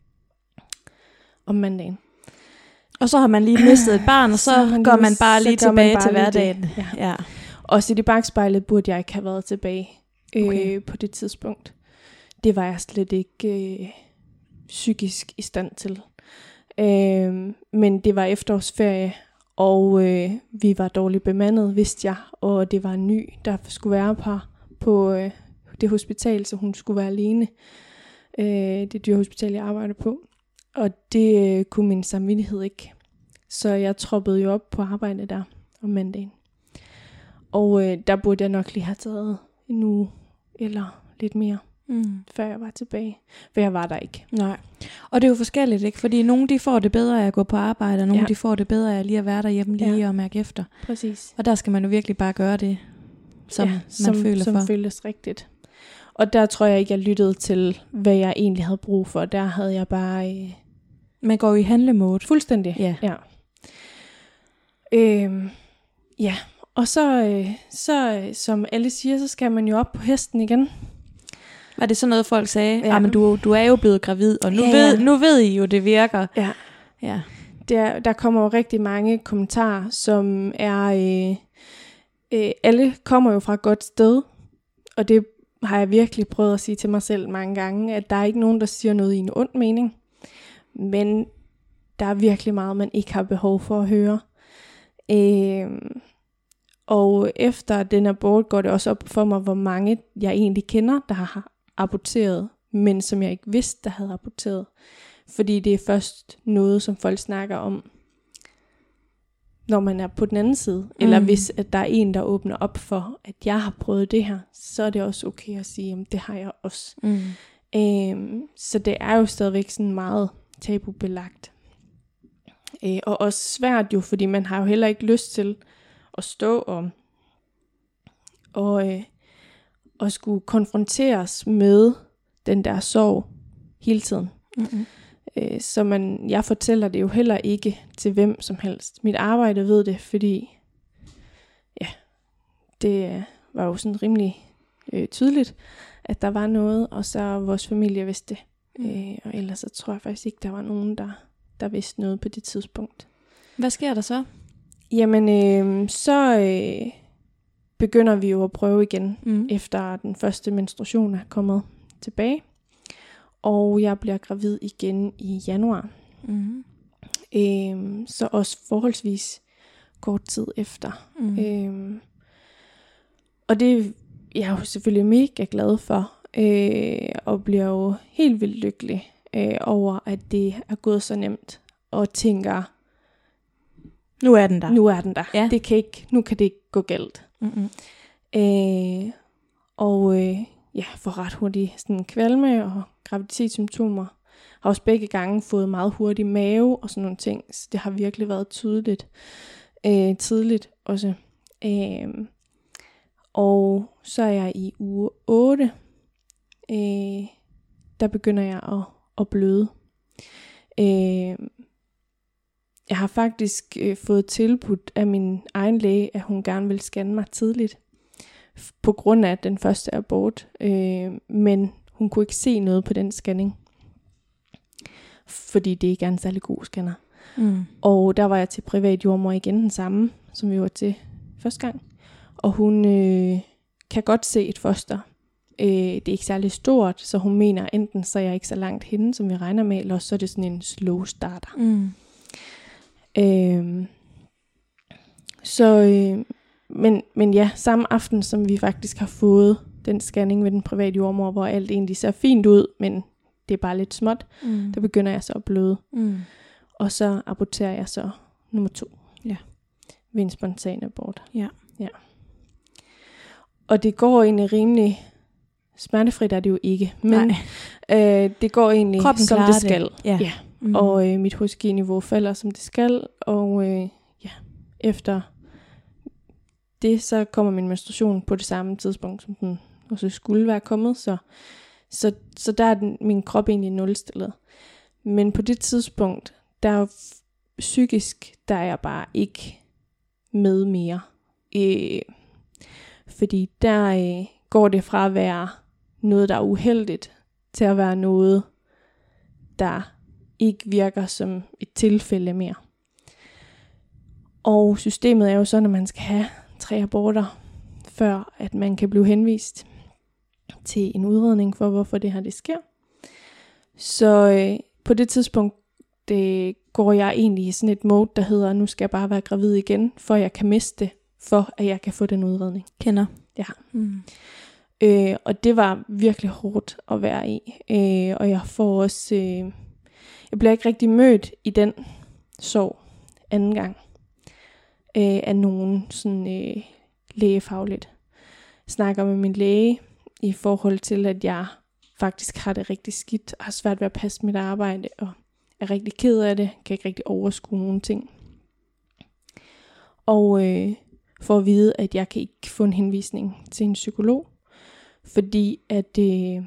Om mandagen. Og så har man lige mistet et barn, og så, så man går man bare lige tilbage bare til hverdagen. Ja. Ja. Og så i det bagspejlet burde jeg ikke have været tilbage okay. øh, på det tidspunkt. Det var jeg slet ikke øh, psykisk i stand til. Øh, men det var efterårsferie, og øh, vi var dårligt bemandet, vidste jeg. Og det var en ny, der skulle være på, på øh, det hospital, så hun skulle være alene. Øh, det dyrehospital, jeg arbejder på. Og det øh, kunne min samvittighed ikke. Så jeg troppede jo op på arbejde der om mandagen. Og øh, der burde jeg nok lige have taget en uge eller lidt mere, mm. før jeg var tilbage. For jeg var der ikke. Nej. Og det er jo forskelligt, ikke? Fordi nogle de får det bedre af at gå på arbejde, og nogle ja. de får det bedre af lige at være derhjemme lige ja. og mærke efter. Præcis. Og der skal man jo virkelig bare gøre det, som ja, man som, føler som for. Som føles rigtigt. Og der tror jeg ikke, jeg lyttede til, hvad jeg egentlig havde brug for. Der havde jeg bare... Øh... Man går i handlemode. Fuldstændig. Ja. Ja. Øhm, ja. Og så, øh, så, som alle siger, så skal man jo op på hesten igen. Var det sådan noget, folk sagde? Ja. Men du, du er jo blevet gravid, og nu, ja, ja. Ved, nu ved I jo, det virker. Ja. Ja. Der, der kommer jo rigtig mange kommentarer, som er... Øh, øh, alle kommer jo fra et godt sted, og det har jeg virkelig prøvet at sige til mig selv mange gange, at der er ikke nogen, der siger noget i en ond mening. Men der er virkelig meget, man ikke har behov for at høre. Øh, og efter den abort går det også op for mig, hvor mange jeg egentlig kender, der har aborteret, men som jeg ikke vidste, der havde aborteret. Fordi det er først noget, som folk snakker om, når man er på den anden side. Mm. Eller hvis at der er en, der åbner op for, at jeg har prøvet det her, så er det også okay at sige, at det har jeg også. Mm. Øh, så det er jo stadigvæk sådan meget tabubelagt. Øh, og også svært jo, fordi man har jo heller ikke lyst til at stå og, og, øh, og skulle konfronteres med den der sorg hele tiden. Mm-hmm. Øh, så man, jeg fortæller det jo heller ikke til hvem som helst. Mit arbejde ved det, fordi ja, det var jo sådan rimelig øh, tydeligt, at der var noget, og så vores familie vidste det. Mm. Øh, og ellers så tror jeg faktisk ikke, der var nogen, der, der vidste noget på det tidspunkt. Hvad sker der så? Jamen, øh, så øh, begynder vi jo at prøve igen, mm. efter den første menstruation er kommet tilbage. Og jeg bliver gravid igen i januar. Mm. Øh, så også forholdsvis kort tid efter. Mm. Øh, og det jeg er jo selvfølgelig mega glad for. Øh, og bliver jo helt vildt lykkelig øh, over, at det er gået så nemt. Og tænker, nu er den der. Nu er den der. Ja. Det kan ikke, nu kan det ikke gå galt. Mm-hmm. Øh, og øh, ja, får ret hurtigt sådan kvalme og graviditetssymptomer. Har også begge gange fået meget hurtig mave og sådan nogle ting. Så det har virkelig været tydeligt. Øh, tidligt også. Øh, og så er jeg i uge otte. Øh, der begynder jeg at, at bløde. Øh, jeg har faktisk øh, fået tilbudt af min egen læge, at hun gerne vil scanne mig tidligt, på grund af den første abort, øh, men hun kunne ikke se noget på den scanning, fordi det ikke er en særlig god scanner. Mm. Og der var jeg til privat jordmor igen, den samme, som vi var til første gang, og hun øh, kan godt se et foster. Øh, det er ikke særlig stort, så hun mener, enten så er jeg ikke så langt henne, som vi regner med, eller så er det sådan en slow starter. Mm. Øh, så, øh, men, men ja, samme aften, som vi faktisk har fået den scanning ved den private jordmor, hvor alt egentlig ser fint ud, men det er bare lidt småt, mm. der begynder jeg så at bløde. Mm. Og så aborterer jeg så nummer to. Ja. Ved en spontan abort. Ja. Ja. Og det går egentlig rimelig smertefrit, er det jo ikke. Men øh, det går egentlig kroppen som det skal. Det. Ja. Ja. Mm. Og øh, mit H C G-niveau falder som det skal. Og øh, ja, efter det, så kommer min menstruation på det samme tidspunkt, som den også skulle være kommet. Så, så, så der er den, min krop egentlig nulstillet. Men på det tidspunkt, der er psykisk, der er jeg bare ikke med mere. Øh, fordi der øh, går det fra at være noget, der er uheldigt, til at være noget, der ikke virker som et tilfælde mere. Og systemet er jo sådan, at man skal have tre aborter, før at man kan blive henvist til en udredning for, hvorfor det her det sker. Så øh, på det tidspunkt, det går jeg egentlig i sådan et mode, der hedder, nu skal jeg bare være gravid igen, for jeg kan miste det, for at jeg kan få den udredning. Kender. Ja. Mm. Øh, og det var virkelig hårdt at være i. Øh, og jeg får også, øh, jeg bliver ikke rigtig mødt i den sorg anden gang øh, af nogen sådan øh, lægefagligt. Jeg snakker med min læge i forhold til, at jeg faktisk har det rigtig skidt, har svært ved at passe mit arbejde, og er rigtig ked af det, kan ikke rigtig overskue nogen ting. Og øh, for at vide, at jeg kan ikke få en henvisning til en psykolog, fordi at øh,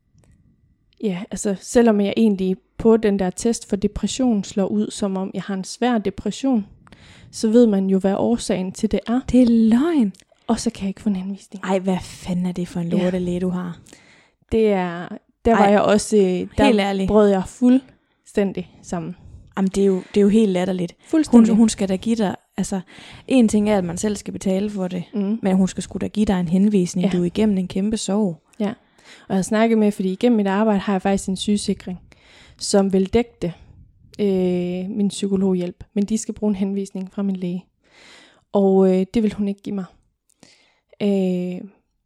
ja, altså selvom jeg egentlig på den der test for depression slår ud, som om jeg har en svær depression, så ved man jo, hvad årsagen til det er. Det er løgn. Og så kan jeg ikke få en henvisning. Ej, hvad fanden er det for en lortelæge, du har? Det er, der Ej, var jeg også, der brød jeg fuldstændig sammen. Jamen, det er jo, det er jo helt latterligt. Hun, hun skal da give dig, altså, en ting er, at man selv skal betale for det, mm. men hun skal sgu da give dig en henvisning, ja. Du er igennem en kæmpe sorg. Ja, og jeg har snakket med, fordi igennem mit arbejde har jeg faktisk en sygesikring, som vil dække det, øh, min psykologhjælp, men de skal bruge en henvisning fra min læge. Og øh, det vil hun ikke give mig. Øh,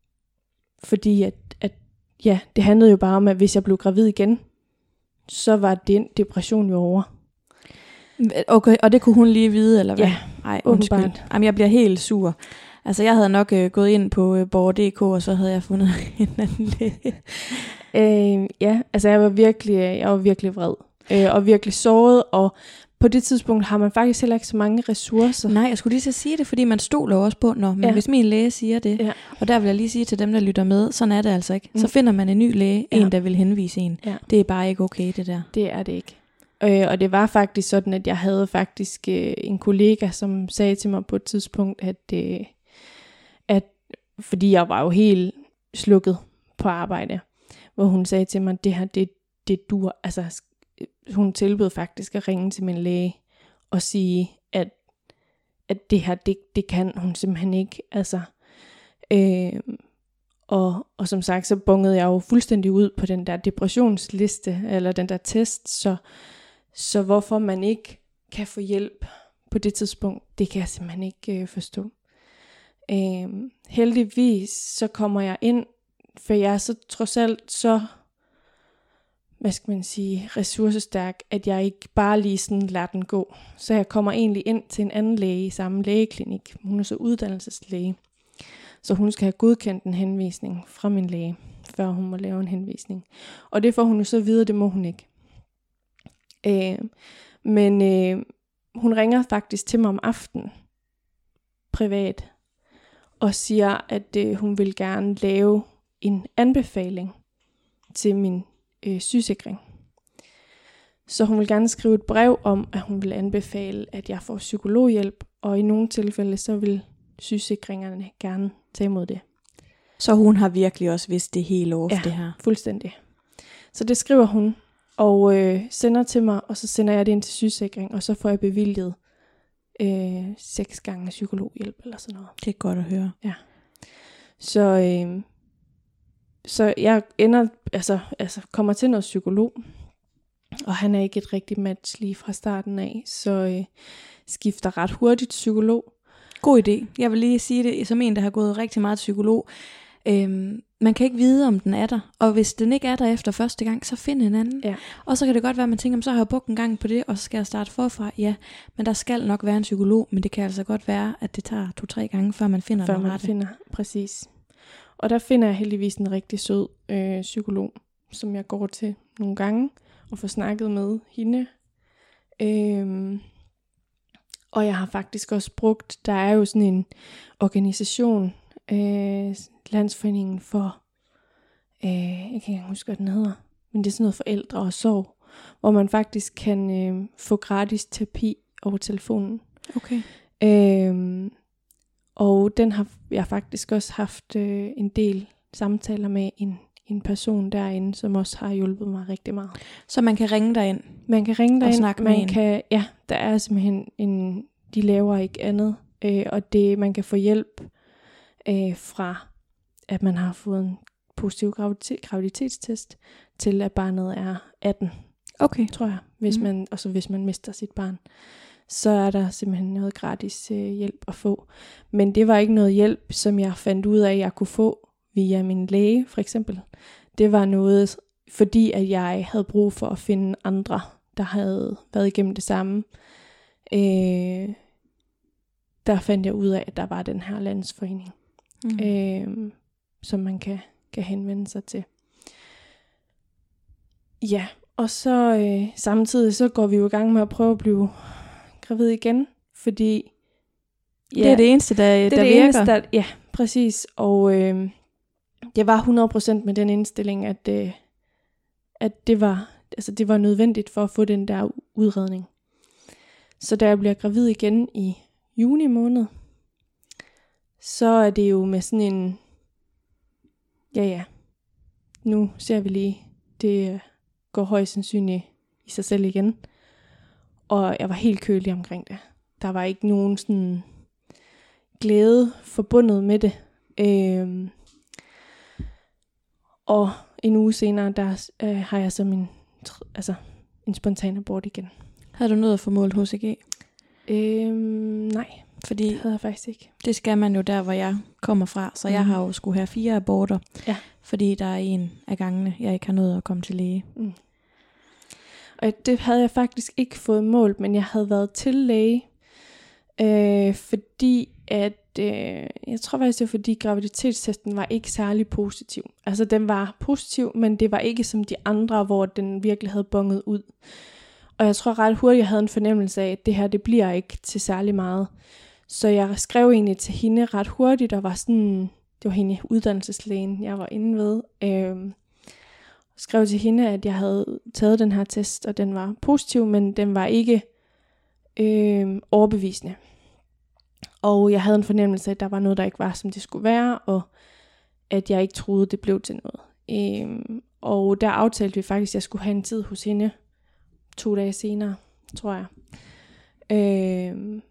fordi at, at, ja, det handlede jo bare om, at hvis jeg blev gravid igen, så var den depression jo over. Okay, og det kunne hun lige vide, eller hvad? Ja, Ej, undskyld. Jamen, jeg bliver helt sur. Altså, jeg havde nok øh, gået ind på øh, borger punktum d k, og så havde jeg fundet en anden læge. øh, ja, altså jeg var virkelig, jeg var virkelig vred. Øh, og virkelig såret, og på det tidspunkt har man faktisk heller ikke så mange ressourcer. Nej, jeg skulle lige så sige det, fordi man stoler også på, når, men ja. Hvis min læge siger det, ja. Og der vil jeg lige sige til dem, der lytter med, sådan er det altså ikke. Mm. Så finder man en ny læge, ja. En der vil henvise en. Ja. Det er bare ikke okay, det der. Det er det ikke. Øh, og det var faktisk sådan, at jeg havde faktisk øh, en kollega, som sagde til mig på et tidspunkt, at, øh, at fordi jeg var jo helt slukket på arbejde, hvor hun sagde til mig, at det her, det, det dur, altså hun tilbød faktisk at ringe til min læge og sige, at, at det her, det, det kan hun simpelthen ikke. Altså, øh, og, og som sagt, så bungede jeg jo fuldstændig ud på den der depressionsliste, eller den der test, så, så hvorfor man ikke kan få hjælp på det tidspunkt, det kan jeg simpelthen ikke øh, forstå. Øh, heldigvis så kommer jeg ind, for jeg er så trods alt så, hvad skal man sige, ressourcestærk, at jeg ikke bare lige sådan lader den gå. Så jeg kommer egentlig ind til en anden læge i samme lægeklinik. Hun er så uddannelseslæge. Så hun skal have godkendt en henvisning fra min læge, før hun må lave en henvisning. Og det får hun jo så videre, det må hun ikke. Øh, men øh, hun ringer faktisk til mig om aftenen, privat, og siger, at øh, hun vil gerne lave en anbefaling til min øh, sygesikring. Så hun vil gerne skrive et brev om, at hun vil anbefale, at jeg får psykologhjælp, og i nogle tilfælde, så vil sygesikringerne gerne tage imod det. Så hun har virkelig også vidst det helt over Ja, det her. fuldstændig. Så det skriver hun, og øh, sender til mig, og så sender jeg det ind til sygesikring, og så får jeg bevilget øh, seks gange psykologhjælp, eller sådan noget. Det er godt at høre. Ja. Så, øh, så jeg ender, altså, altså kommer til noget psykolog, og han er ikke et rigtigt match lige fra starten af, så øh, skifter ret hurtigt psykolog. God idé. Jeg vil lige sige det som en, der har gået rigtig meget psykolog. Øhm, man kan ikke vide, om den er der. Og hvis den ikke er der efter første gang, så find en anden. Ja. Og så kan det godt være, at man tænker, så har jeg brugt en gang på det, og så skal jeg starte forfra. Ja, men der skal nok være en psykolog, men det kan altså godt være, at det tager to-tre gange, før man finder Før den man rette. finder, præcis. Og der finder jeg heldigvis en rigtig sød øh, psykolog, som jeg går til nogle gange, og får snakket med hende. Øhm, og jeg har faktisk også brugt, der er jo sådan en organisation, øh, Landsforeningen for, øh, jeg kan ikke huske, hvad den hedder, men det er sådan noget forældre og sorg, hvor man faktisk kan øh, få gratis terapi over telefonen. Okay. Øhm, og den har jeg faktisk også haft øh, en del samtaler med en, en person derinde, som også har hjulpet mig rigtig meget. Så man kan ringe derind. Man kan ringe derind, snakke med man en. kan, ja, der er simpelthen en, de laver ikke andet, øh, og det, man kan få hjælp øh, fra, at man har fået en positiv graviditet, graviditetstest, til at barnet er atten, Okay. tror jeg, hvis Mhm. man, og så hvis man mister sit barn. Så er der simpelthen noget gratis øh, hjælp at få. Men det var ikke noget hjælp, som jeg fandt ud af, at jeg kunne få via min læge, for eksempel. Det var noget, fordi at jeg havde brug for at finde andre, der havde været igennem det samme. Øh, der fandt jeg ud af, at der var den her landsforening, Mm. øh, som man kan, kan henvende sig til. Ja, og så øh, samtidig så går vi jo i gang med at prøve at blive gravid igen, fordi Ja, det er det eneste, der, det er der det virker. eneste, der, ja, præcis. Og øh, det var hundrede procent med den indstilling, at, øh, at det, var, altså, det var nødvendigt for at få den der udredning. Så da jeg bliver gravid igen i juni måned, så er det jo med sådan en, ja ja, nu ser vi lige, det øh, går højst sandsynligt i sig selv igen. Og jeg var helt kølig omkring det. Der var ikke nogen sådan glæde forbundet med det. Øhm, og en uge senere, der øh, har jeg så min, altså, en spontan abort igen. Havde du noget at få målt H C G? Øhm, nej, Fordi det havde jeg faktisk ikke. det skal man jo der, hvor jeg kommer fra. Så jeg Mhm. har jo skulle have fire aborter. Ja. Fordi der er en af gangene, jeg ikke har nået at komme til læge. Mm. Og det havde jeg faktisk ikke fået målt, men jeg havde været til læge, øh, fordi at, øh, jeg tror faktisk det var fordi graviditetstesten var ikke særlig positiv. Altså den var positiv, men det var ikke som de andre, hvor den virkelig havde bonget ud. Og jeg tror ret hurtigt, jeg havde en fornemmelse af, at det her, det bliver ikke til særlig meget. Så jeg skrev egentlig til hende ret hurtigt, og var sådan, det var hende uddannelseslægen, jeg var inde ved, øh, skrev til hende, at jeg havde taget den her test, og den var positiv, men den var ikke øh, overbevisende. Og jeg havde en fornemmelse af, at der var noget, der ikke var, som det skulle være, og at jeg ikke troede, det blev til noget. Øh, og der aftalte vi faktisk, at jeg skulle have en tid hos hende to dage senere, tror jeg. Øh,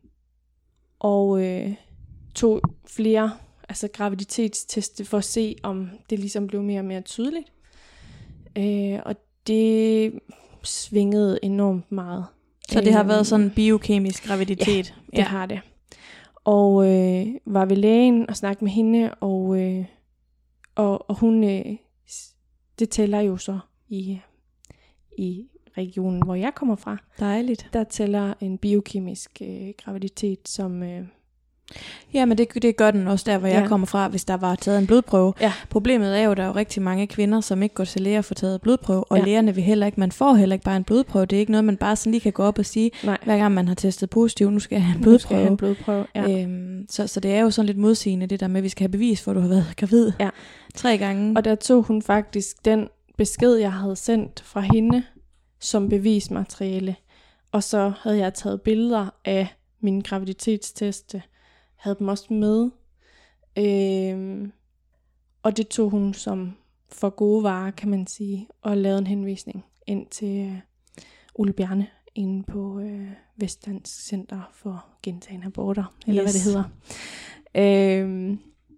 og øh, tog flere altså graviditetsteste for at se, om det ligesom blev mere og mere tydeligt. Øh, og det svingede enormt meget. Så det har Øh, været sådan en biokemisk graviditet? Det har det. Og øh, var ved lægen og snakkede med hende, og, øh, og, og hun, øh, det tæller jo så i, i regionen, hvor jeg kommer fra. Dejligt. Der tæller en biokemisk øh, graviditet, som... Øh, Ja, men det, det gør den også der, hvor Ja. jeg kommer fra, hvis der var taget en blodprøve. Ja. Problemet er jo, at der er jo rigtig mange kvinder, som ikke går til læge og får taget blodprøve, og Ja. lægerne vil heller ikke, man får heller ikke bare en blodprøve. Det er ikke noget, man bare sådan lige kan gå op og sige, nej, hver gang man har testet positiv, nu skal jeg have en nu skal jeg have blodprøve. en blodprøve. Ja. Øhm, så, så det er jo sådan lidt modsigende, det der med, at vi skal have bevis for, at du har været gravid Ja. tre gange. Og der tog hun faktisk den besked, jeg havde sendt fra hende, som bevismateriale. Og så havde jeg taget billeder af mine graviditetsteste, havde dem også med. Øh, og det tog hun som for gode varer, kan man sige, og lavede en henvisning ind til øh, Ole Bjarne inde på øh, Vestdansk Center for Gentagne Aborter, eller yes. hvad det hedder. Øh,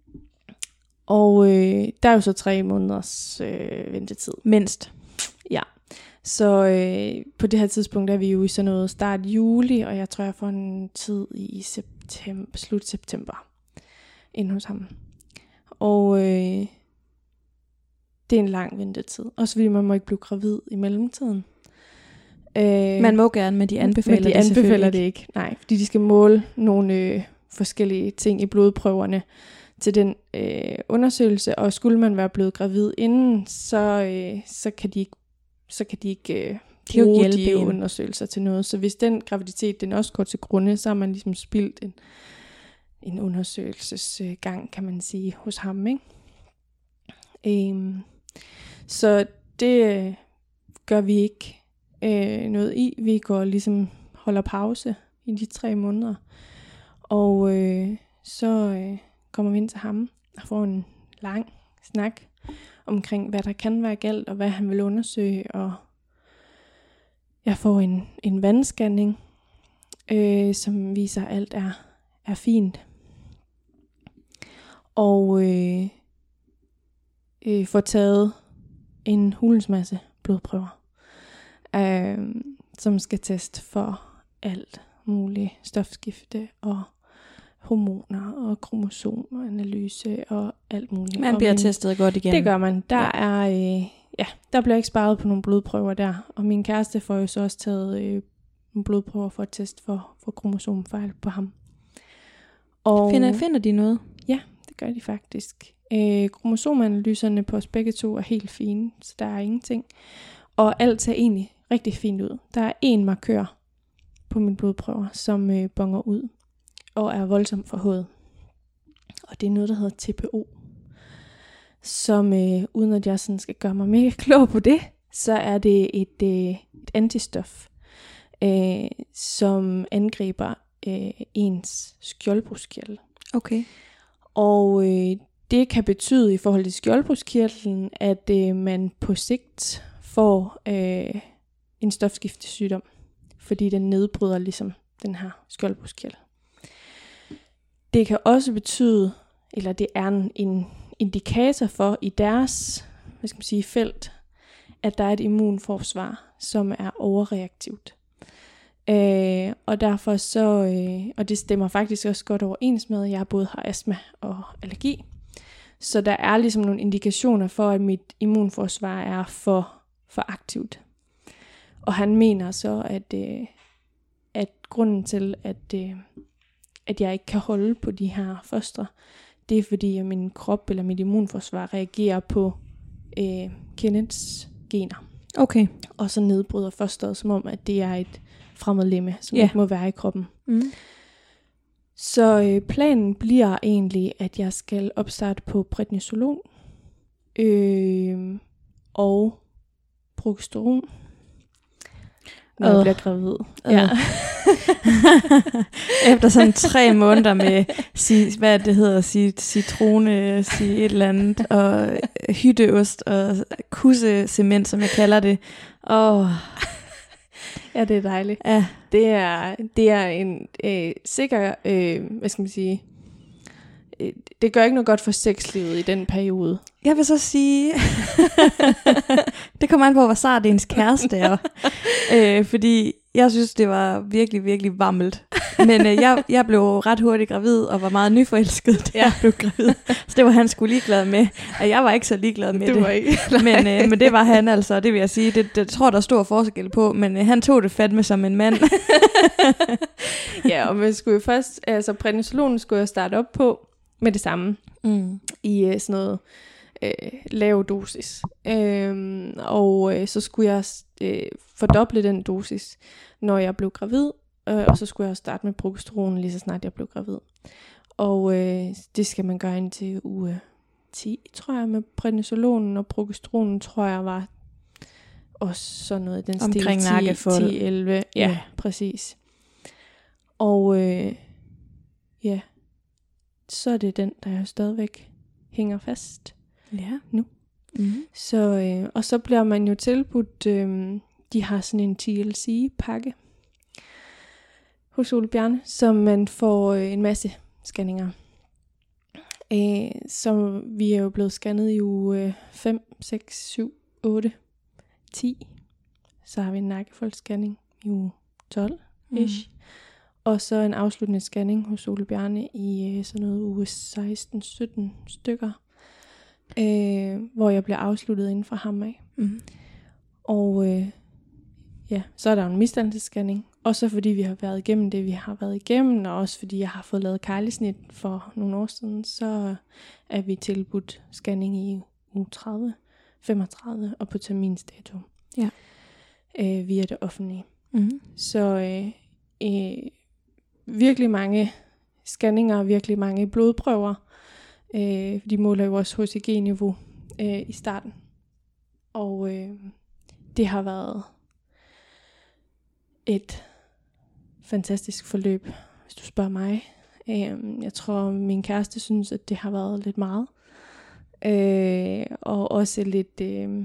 og øh, der er jo så tre måneders øh, ventetid. Mindst. Ja. Så øh, på det her tidspunkt er vi jo i sådan noget start juli, og jeg tror, jeg får en tid i september, slut september inde hos ham. Og øh, det er en lang ventetid. Også fordi man må ikke blive gravid i mellemtiden. Øh, man må gerne, men de anbefaler, men de det, anbefaler det ikke. Nej, fordi de skal måle nogle øh, forskellige ting i blodprøverne til den øh, undersøgelse. Og skulle man være blevet gravid inden, så, øh, så kan de ikke, så kan de ikke øh, bruge de, de undersøgelser til noget. Så hvis den graviditet den også går til grunde, så har man ligesom spildt en, en undersøgelsesgang, kan man sige, hos ham, ikke? Øhm, så det øh, gør vi ikke øh, noget i. Vi går ligesom holder pause i de tre måneder. Og øh, så øh, kommer vi ind til ham og får en lang snak omkring, hvad der kan være galt, og hvad han vil undersøge. Og jeg får en, en vandscanning, øh, som viser, at alt er, er fint. Og øh, øh, får taget en hulens masse blodprøver, øh, som skal teste for alt muligt stofskifte og hormoner og kromosomanalyse og alt muligt. Man bliver min, testet godt igen. Det gør man. Der ja. er øh, ja, der bliver ikke sparet på nogle blodprøver der. Og min kæreste får jo så også taget øh, nogle blodprøver for at teste for, for kromosomfejl på ham. Og finder, finder de noget? Ja, det gør de faktisk. Øh, kromosomanalyserne på os begge to er helt fine, så der er ingenting. Og alt ser egentlig rigtig fint ud. Der er én markør på mine blodprøver, som øh, bonger ud og er voldsomt forhøjet. Og det er noget, der hedder T P O. Som, øh, uden at jeg sådan skal gøre mig mega klog på det, så er det et, øh, et antistof, øh, som angriber øh, ens skjoldbruskkirtel. Okay. Og øh, det kan betyde i forhold til skjoldbruskkirtlen, at øh, man på sigt får øh, en stofskiftesygdom, fordi den nedbryder ligesom den her skjoldbruskkirtel. Det kan også betyde, eller det er en, en indikator for i deres, hvad skal man sige, felt, at der er et immunforsvar, som er overreaktivt. Øh, og derfor så, øh, og det stemmer faktisk også godt overens med, at jeg både har astma og allergi. Så der er ligesom nogle indikationer for, at mit immunforsvar er for, for aktivt. Og han mener så, at, øh, at grunden til, at, øh, at jeg ikke kan holde på de her fostre, det er fordi, at min krop eller mit immunforsvar reagerer på øh, Kenneths gener. Okay. Og så nedbryder fosteret, som om, at det er et fremmedlemme, som yeah. ikke må være i kroppen. Mm. Så øh, planen bliver egentlig, at jeg skal opstarte på prednisolon øh, og progesteron, når uh. jeg bliver gravid. Uh. Ja. Efter sådan tre måneder med, si, hvad det hedder, si, citrone, si et eller andet, og hytteost og kussecement, som jeg kalder det. Åh... Oh. Ja, det er dejligt. Ja. Det er, det er en øh, sikker, øh, hvad skal man sige, øh, det gør ikke noget godt for sexlivet i den periode. Jeg vil så sige, det kommer an på, hvor sart ens kæreste er. øh, fordi jeg synes, det var virkelig, virkelig varmelt. Men øh, jeg, jeg blev ret hurtigt gravid, og var meget nyforelsket, da ja. jeg blev gravid. Så det var han sgu ligeglad med. Og jeg var ikke så ligeglad med du det. Var ikke. men, øh, men det var han altså, det vil jeg sige. Det, det tror der er stor forskel på, men øh, han tog det fandme som en mand. Ja, og man skulle jo først, altså prednisolonen skulle jeg starte op på med det samme. Mm. I øh, sådan noget øh, lav dosis. Øhm, og øh, så skulle jeg øh, fordoble den dosis, når jeg blev gravid. Øh, og så skulle jeg også starte med progesteron, lige så snart jeg blev gravid. Og øh, det skal man gøre indtil uge ti, tror jeg, med prednisolonen, og progesteronen, tror jeg, var og sådan noget den omkring stil nakkefold. ti elleve. Ja, Ja. præcis. Og øh, ja, så er det den, der jo stadigvæk hænger fast Ja. nu. Mm-hmm. Så, øh, og så bliver man jo tilbudt, øh, de har sådan en T L C-pakke hos Ole Bjarne, som man får øh, en masse scanninger. Øh, så vi er jo blevet scannet i uge fem, seks, syv, otte, ti. Så har vi en nakkefoldsscanning i uge tolv-ish. Mm. Og så en afsluttende scanning hos Ole Bjarne i øh, sådan noget uge seksten sytten stykker. Øh, hvor jeg bliver afsluttet inden for ham af. Mm. Og øh, ja, så er der en misdannelsesscanning. Og så fordi vi har været igennem det, vi har været igennem, og også fordi jeg har fået lavet kejlesnit for nogle år siden, så er vi tilbudt scanning i uge tredive, femogtredive og på terminsdato. Ja. Øh, via det offentlige. Mm. Så øh, øh, virkelig mange scanninger, virkelig mange blodprøver. Øh, de måler jo også H C G-niveau øh, i starten. Og øh, det har været et fantastisk forløb, hvis du spørger mig. Øh, jeg tror, min kæreste synes, at det har været lidt meget. Øh, og også lidt... Øh,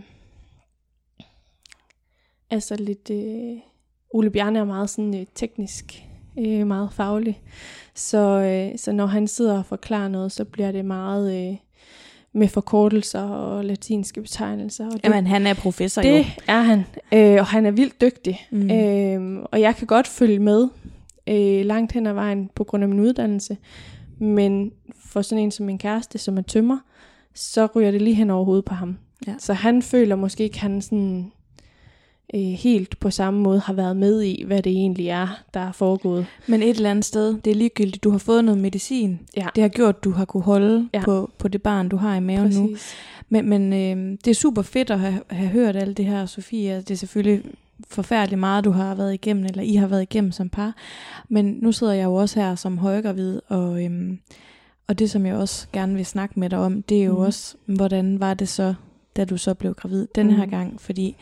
altså lidt... Øh, Ole Bjarne er meget sådan øh, teknisk, øh, meget faglig. Så, øh, så når han sidder og forklarer noget, så bliver det meget øh, med forkortelser og latinske betegnelser. Og det, Jamen, han er professor det jo. er han, øh, og han er vildt dygtig. Mm. Øh, og jeg kan godt følge med øh, langt hen ad vejen på grund af min uddannelse. Men for sådan en som min kæreste, som er tømrer, så ryger det lige hen over hovedet på ham. Ja. Så han føler måske ikke, han sådan... Øh, helt på samme måde har været med i, hvad det egentlig er, der er foregået. Men et eller andet sted, det er ligegyldigt, du har fået noget medicin. Ja. Det har gjort, at du har kunne holde Ja. på, på det barn, du har i maven nu. Præcis. Men, men øh, det er super fedt at have, have hørt alt det her, Sofie. Det er selvfølgelig forfærdeligt meget, du har været igennem, eller I har været igennem som par. Men nu sidder jeg jo også her som højgravid, og, øhm, og det, som jeg også gerne vil snakke med dig om, det er jo mm. også, hvordan var det så, da du så blev gravid den her Mm. gang? Fordi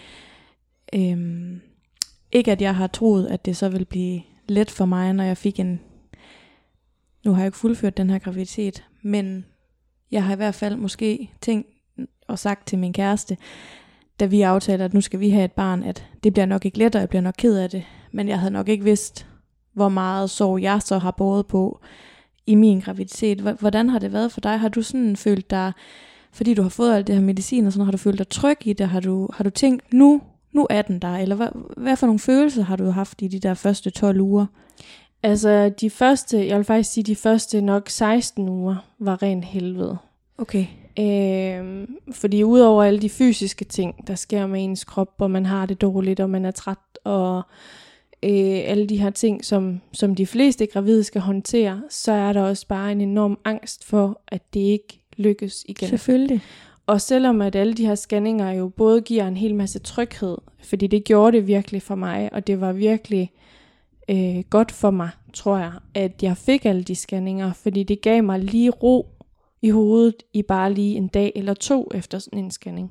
øhm, ikke at jeg har troet, at det så ville blive let for mig, når jeg fik en... Nu har jeg ikke fuldført den her graviditet, men jeg har i hvert fald måske tænkt og sagt til min kæreste, da vi aftalte, at nu skal vi have et barn, at det bliver nok ikke let, og jeg bliver nok ked af det. Men jeg havde nok ikke vidst, hvor meget sorg jeg så har båret på i min graviditet. Hvordan har det været for dig? Har du sådan følt dig, fordi du har fået alt det her medicin, og sådan, har du følt dig tryg i det? Har du, har du tænkt, nu, nu er den der? Eller hvad, hvad for nogle følelser har du haft i de der første tolv uger? Altså de første, jeg vil faktisk sige, de første nok seksten uger var ren helvede. Okay. Øh, fordi udover alle de fysiske ting, der sker med ens krop, hvor man har det dårligt, og man er træt, og øh, alle de her ting, som, som de fleste gravide skal håndtere, så er der også bare en enorm angst for, at det ikke lykkes igen. Selvfølgelig. Og selvom at alle de her scanninger jo både giver en hel masse tryghed, fordi det gjorde det virkelig for mig, og det var virkelig øh, godt for mig, tror jeg, at jeg fik alle de scanninger, fordi det gav mig lige ro i hovedet i bare lige en dag eller to efter sådan en scanning.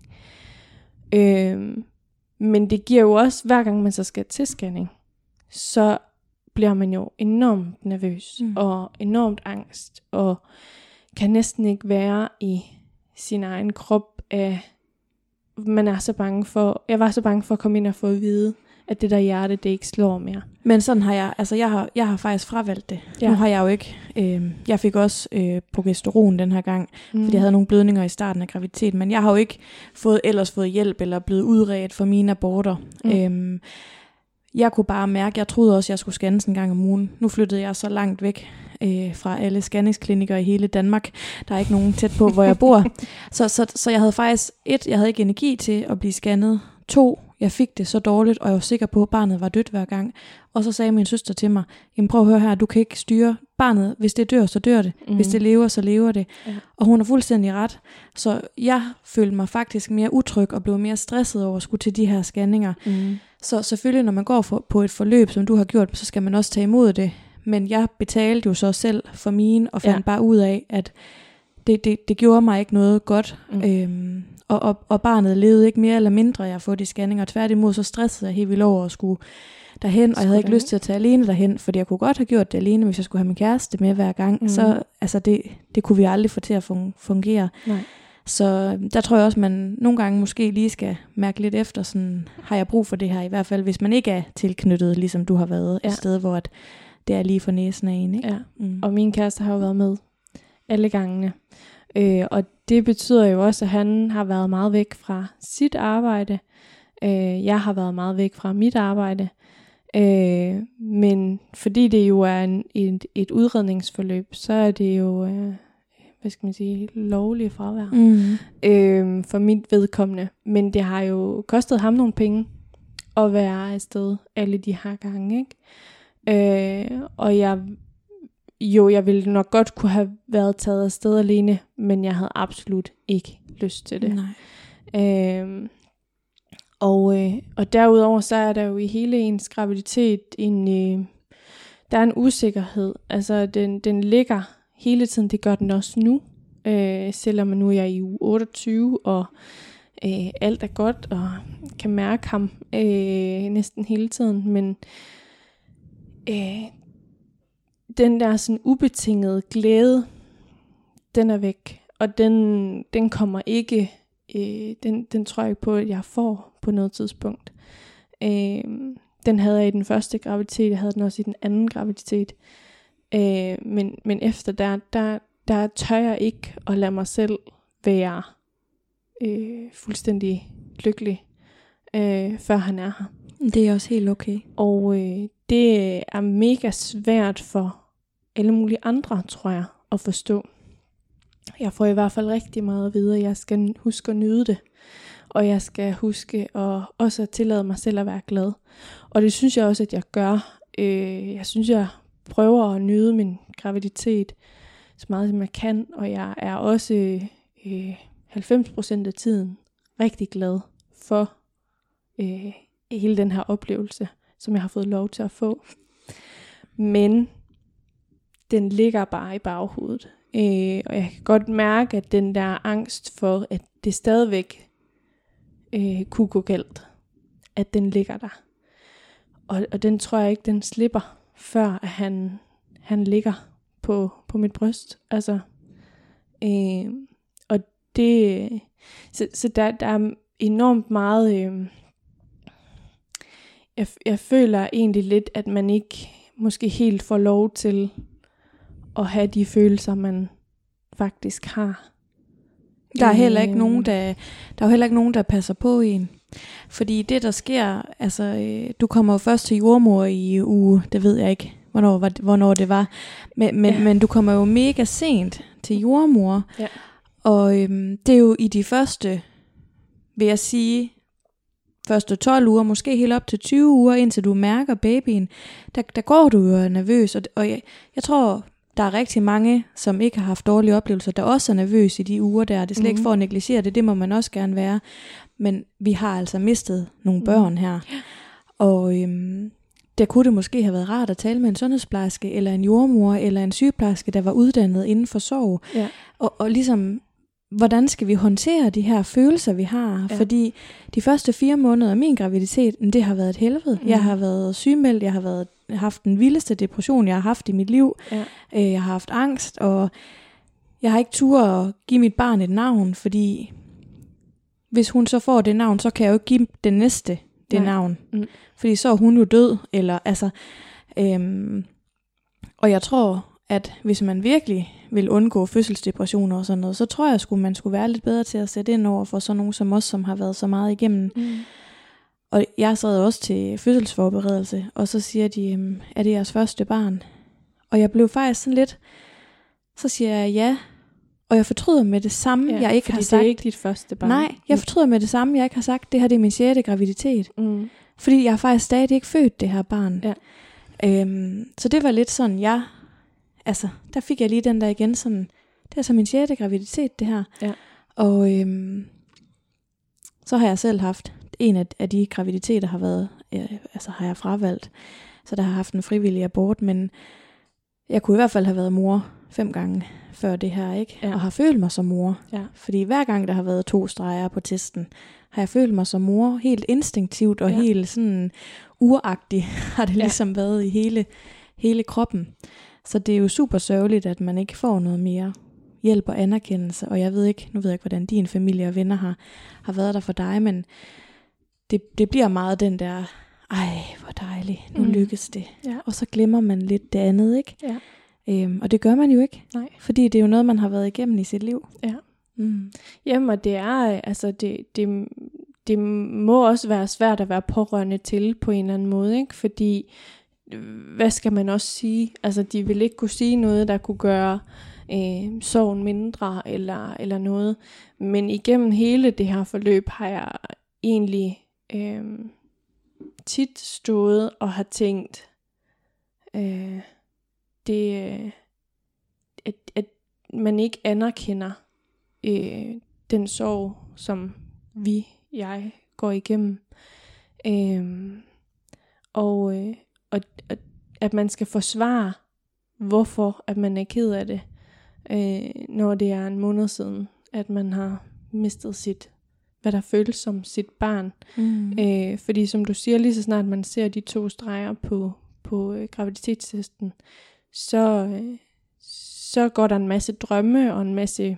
Øh, men det giver jo også, hver gang man så skal til scanning, så bliver man jo enormt nervøs mm. og enormt angst, og kan næsten ikke være i sin egen krop af, man er så bange for, jeg var så bange for at komme ind og få at vide, at det der hjerte, det ikke slår mere. Men sådan har jeg, altså jeg har, jeg har faktisk fravalgt det. Ja. Nu har jeg jo ikke, øh, jeg fik også øh, progesteron den her gang, mm. fordi jeg havde nogle blødninger i starten af graviditeten, men jeg har jo ikke fået, ellers fået hjælp eller blevet udredt for mine aborter. Mm. Øhm, jeg kunne bare mærke, jeg troede også, jeg skulle scannes en gang om ugen. Nu flyttede jeg så langt væk øh, fra alle scanningsklinikker i hele Danmark. Der er ikke nogen tæt på, hvor jeg bor. så, så, så jeg havde faktisk, et, jeg havde ikke energi til at blive scannet. To, jeg fik det så dårligt, og jeg var sikker på, at barnet var dødt hver gang. Og så sagde min søster til mig, jamen prøv at høre her, du kan ikke styre barnet. Hvis det dør, så dør det. Mm. Hvis det lever, så lever det. Ja. Og hun er fuldstændig ret. Så jeg følte mig faktisk mere utryg og blev mere stresset over at skulle til de her scanninger. Mm. Så selvfølgelig, når man går for, på et forløb, som du har gjort, så skal man også tage imod det. Men jeg betalte jo så selv for mine, og fandt ja. bare ud af, at det, det, det gjorde mig ikke noget godt. Mm. Øhm, Og, og, og barnet levede ikke mere eller mindre, jeg får de scanninger. Tværtimod så stressede jeg helt vildt over at skulle derhen, og jeg havde ikke lyst til at tage alene derhen, fordi jeg kunne godt have gjort det alene, hvis jeg skulle have min kæreste med hver gang. Mm. Så altså det, det kunne vi aldrig få til at fungere. Nej. Så der tror jeg også, man nogle gange måske lige skal mærke lidt efter, sådan, har jeg brug for det her, i hvert fald hvis man ikke er tilknyttet, ligesom du har været, ja. Et sted, hvor at det er lige for næsen af en. Ikke? Ja. Mm. Og min kæreste har jo været med alle gangene. Øh, og det betyder jo også, at han har været meget væk fra sit arbejde. Øh, jeg har været meget væk fra mit arbejde. Øh, men fordi det jo er en, et, et udredningsforløb, så er det jo, øh, hvad skal man sige, lovlig fravær mm. øh, for mit vedkommende. Men det har jo kostet ham nogle penge at være afsted alle de her gange, ikke? Øh, og jeg Jo, jeg ville nok godt kunne have været taget afsted alene, men jeg havde absolut ikke lyst til det. Nej. Øhm, og, øh, og derudover så er der jo i hele ens graviditet en, øh, der er en usikkerhed. Altså den, den ligger hele tiden, det gør den også nu. Øh, selvom nu er jeg i uge otteogtyve, og øh, alt er godt, og kan mærke ham øh, næsten hele tiden. Men øh, den der sådan ubetingede glæde, den er væk, og den, den kommer ikke, øh, den, den tror jeg ikke på, at jeg får på noget tidspunkt. Øh, den havde jeg i den første graviditet, jeg havde den også i den anden graviditet. Øh, men, men efter der, der, der tør jeg ikke at lade mig selv være øh, fuldstændig lykkelig, øh, før han er her. Det er også helt okay. Og øh, det er mega svært for alle mulige andre, tror jeg, at forstå. Jeg får i hvert fald rigtig meget at vide, at jeg skal huske at nyde det. Og jeg skal huske at også at tillade mig selv at være glad. Og det synes jeg også, at jeg gør. Øh, jeg synes, jeg prøver at nyde min graviditet så meget, som jeg kan. Og jeg er også øh, halvfems procent af tiden rigtig glad for øh, hele den her oplevelse, som jeg har fået lov til at få. Men den ligger bare i baghovedet. Øh, og jeg kan godt mærke, at den der angst for, at det stadigvæk øh, kunne gå galt, at den ligger der. Og, og den tror jeg ikke, den slipper, før at han, han ligger på, på mit bryst. Altså, øh, og det, så, så der, der er enormt meget, øh, jeg, jeg føler egentlig lidt, at man ikke måske helt får lov til at have de følelser, man faktisk har. Der er heller ikke nogen, der, der er heller ikke nogen, der passer på en. Fordi det, der sker, altså, øh, du kommer jo først til jordmor i uge, det ved jeg ikke, hvornår, hvornår det var, men, men, ja. men du kommer jo mega sent til jordmor, ja. og øhm, det er jo i de første, vil jeg sige, første tolv uger, måske helt op til tyve uger, indtil du mærker babyen, der, der går du jo nervøs, og, og jeg, jeg tror, der er rigtig mange, som ikke har haft dårlige oplevelser, der også er nervøse i de uger der. Det er slet mm-hmm. ikke for at negligere det, det må man også gerne være. Men vi har altså mistet nogle børn her. Og øhm, der kunne det måske have været rart at tale med en sundhedsplejerske, eller en jordmor, eller en sygeplejerske, der var uddannet inden for sorg. Ja. Og, og ligesom, hvordan skal vi håndtere de her følelser, vi har? Ja. Fordi de første fire måneder af min graviditet, det har været et helvede. Mm. Jeg har været sygemeldt, jeg har været haft den vildeste depression, jeg har haft i mit liv. Ja. Øh, jeg har haft angst, og jeg har ikke tur at give mit barn et navn, fordi hvis hun så får det navn, så kan jeg jo ikke give den næste det Nej. navn. Mm. Fordi så er hun jo død. Eller, altså, øhm, og jeg tror, at hvis man virkelig vil undgå fødselsdepressioner og sådan noget, så tror jeg, at man skulle være lidt bedre til at sætte ind over for sådan nogen som os, som har været så meget igennem. Mm. Og jeg sad også til fødselsforberedelse, og så siger de, er det jeres første barn? Og jeg blev faktisk sådan lidt, så siger jeg ja, og jeg fortryder med det samme, ja, jeg ikke har sagt. det er ikke dit første barn. Nej, jeg fortryder med det samme, jeg ikke har sagt, det her det er min sjette graviditet. Mm. Fordi jeg har faktisk stadig ikke født det her barn. Ja. Øhm, så det var lidt sådan, jeg, altså, der fik jeg lige den der igen, sådan, det er så min sjette graviditet det her. Ja. Og øhm, så har jeg selv haft, en af, af de graviditeter har været, øh, altså har jeg fravalgt, så der har haft en frivillig abort, men jeg kunne i hvert fald have været mor fem gange før det her, ikke? Ja. Og har følt mig som mor. Ja. Fordi hver gang der har været to streger på testen, har jeg følt mig som mor helt instinktivt og ja. helt sådan uragtig har det Ja. ligesom været i hele, hele kroppen. Så det er jo super sørgeligt, at man ikke får noget mere hjælp og anerkendelse. Og jeg ved ikke, nu ved jeg ikke, hvordan din familie og venner har, har været der for dig, men det, det bliver meget den der, ej, hvor dejligt, nu Mm. lykkes det. Ja. Og så glemmer man lidt det andet, ikke? Ja. Øhm, og det gør man jo ikke, Nej. fordi det er jo noget, man har været igennem i sit liv. Ja. Mm. Jamen, og det er, altså, det, det, det må også være svært at være pårørende til på en eller anden måde, ikke? Fordi, hvad skal man også sige? Altså, de vil ikke kunne sige noget, der kunne gøre øh, sorgen mindre, eller, eller noget. Men igennem hele det her forløb, har jeg egentlig øh, tit stået og har tænkt, øh, det, at, at man ikke anerkender øh, den sorg, som vi, jeg, går igennem. Øh, og, øh, og at, at man skal forsvare, hvorfor at man er ked af det, øh, når det er en måned siden, at man har mistet sit, hvad der føles som sit barn. Mm. Øh, fordi som du siger, lige så snart man ser de to streger på, på øh, graviditetstesten, så, øh, så går der en masse drømme og en masse,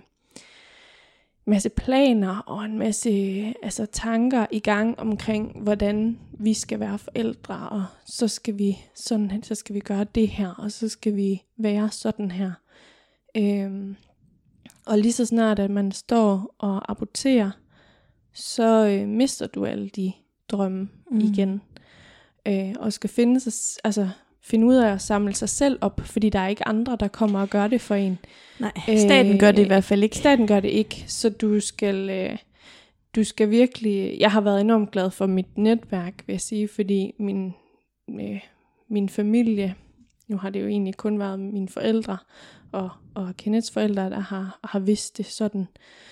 masse planer og en masse altså, tanker i gang omkring, hvordan vi skal være forældre, og så skal vi sådan, så skal vi gøre det her, og så skal vi være sådan her. Øhm, og lige så snart at man står og aborterer, så øh, mister du alle de drømme mm. igen, øh, og skal finde sig, altså finde ud af at samle sig selv op, fordi der er ikke andre, der kommer og gør det for en. Nej, staten øh, gør det i hvert fald ikke. Staten gør det ikke, så du skal, øh, du skal virkelig, jeg har været enormt glad for mit netværk, vil jeg sige, fordi min, øh, min familie, nu har det jo egentlig kun været mine forældre, og, og Kenneths forældre, der har, har vidst det sådan,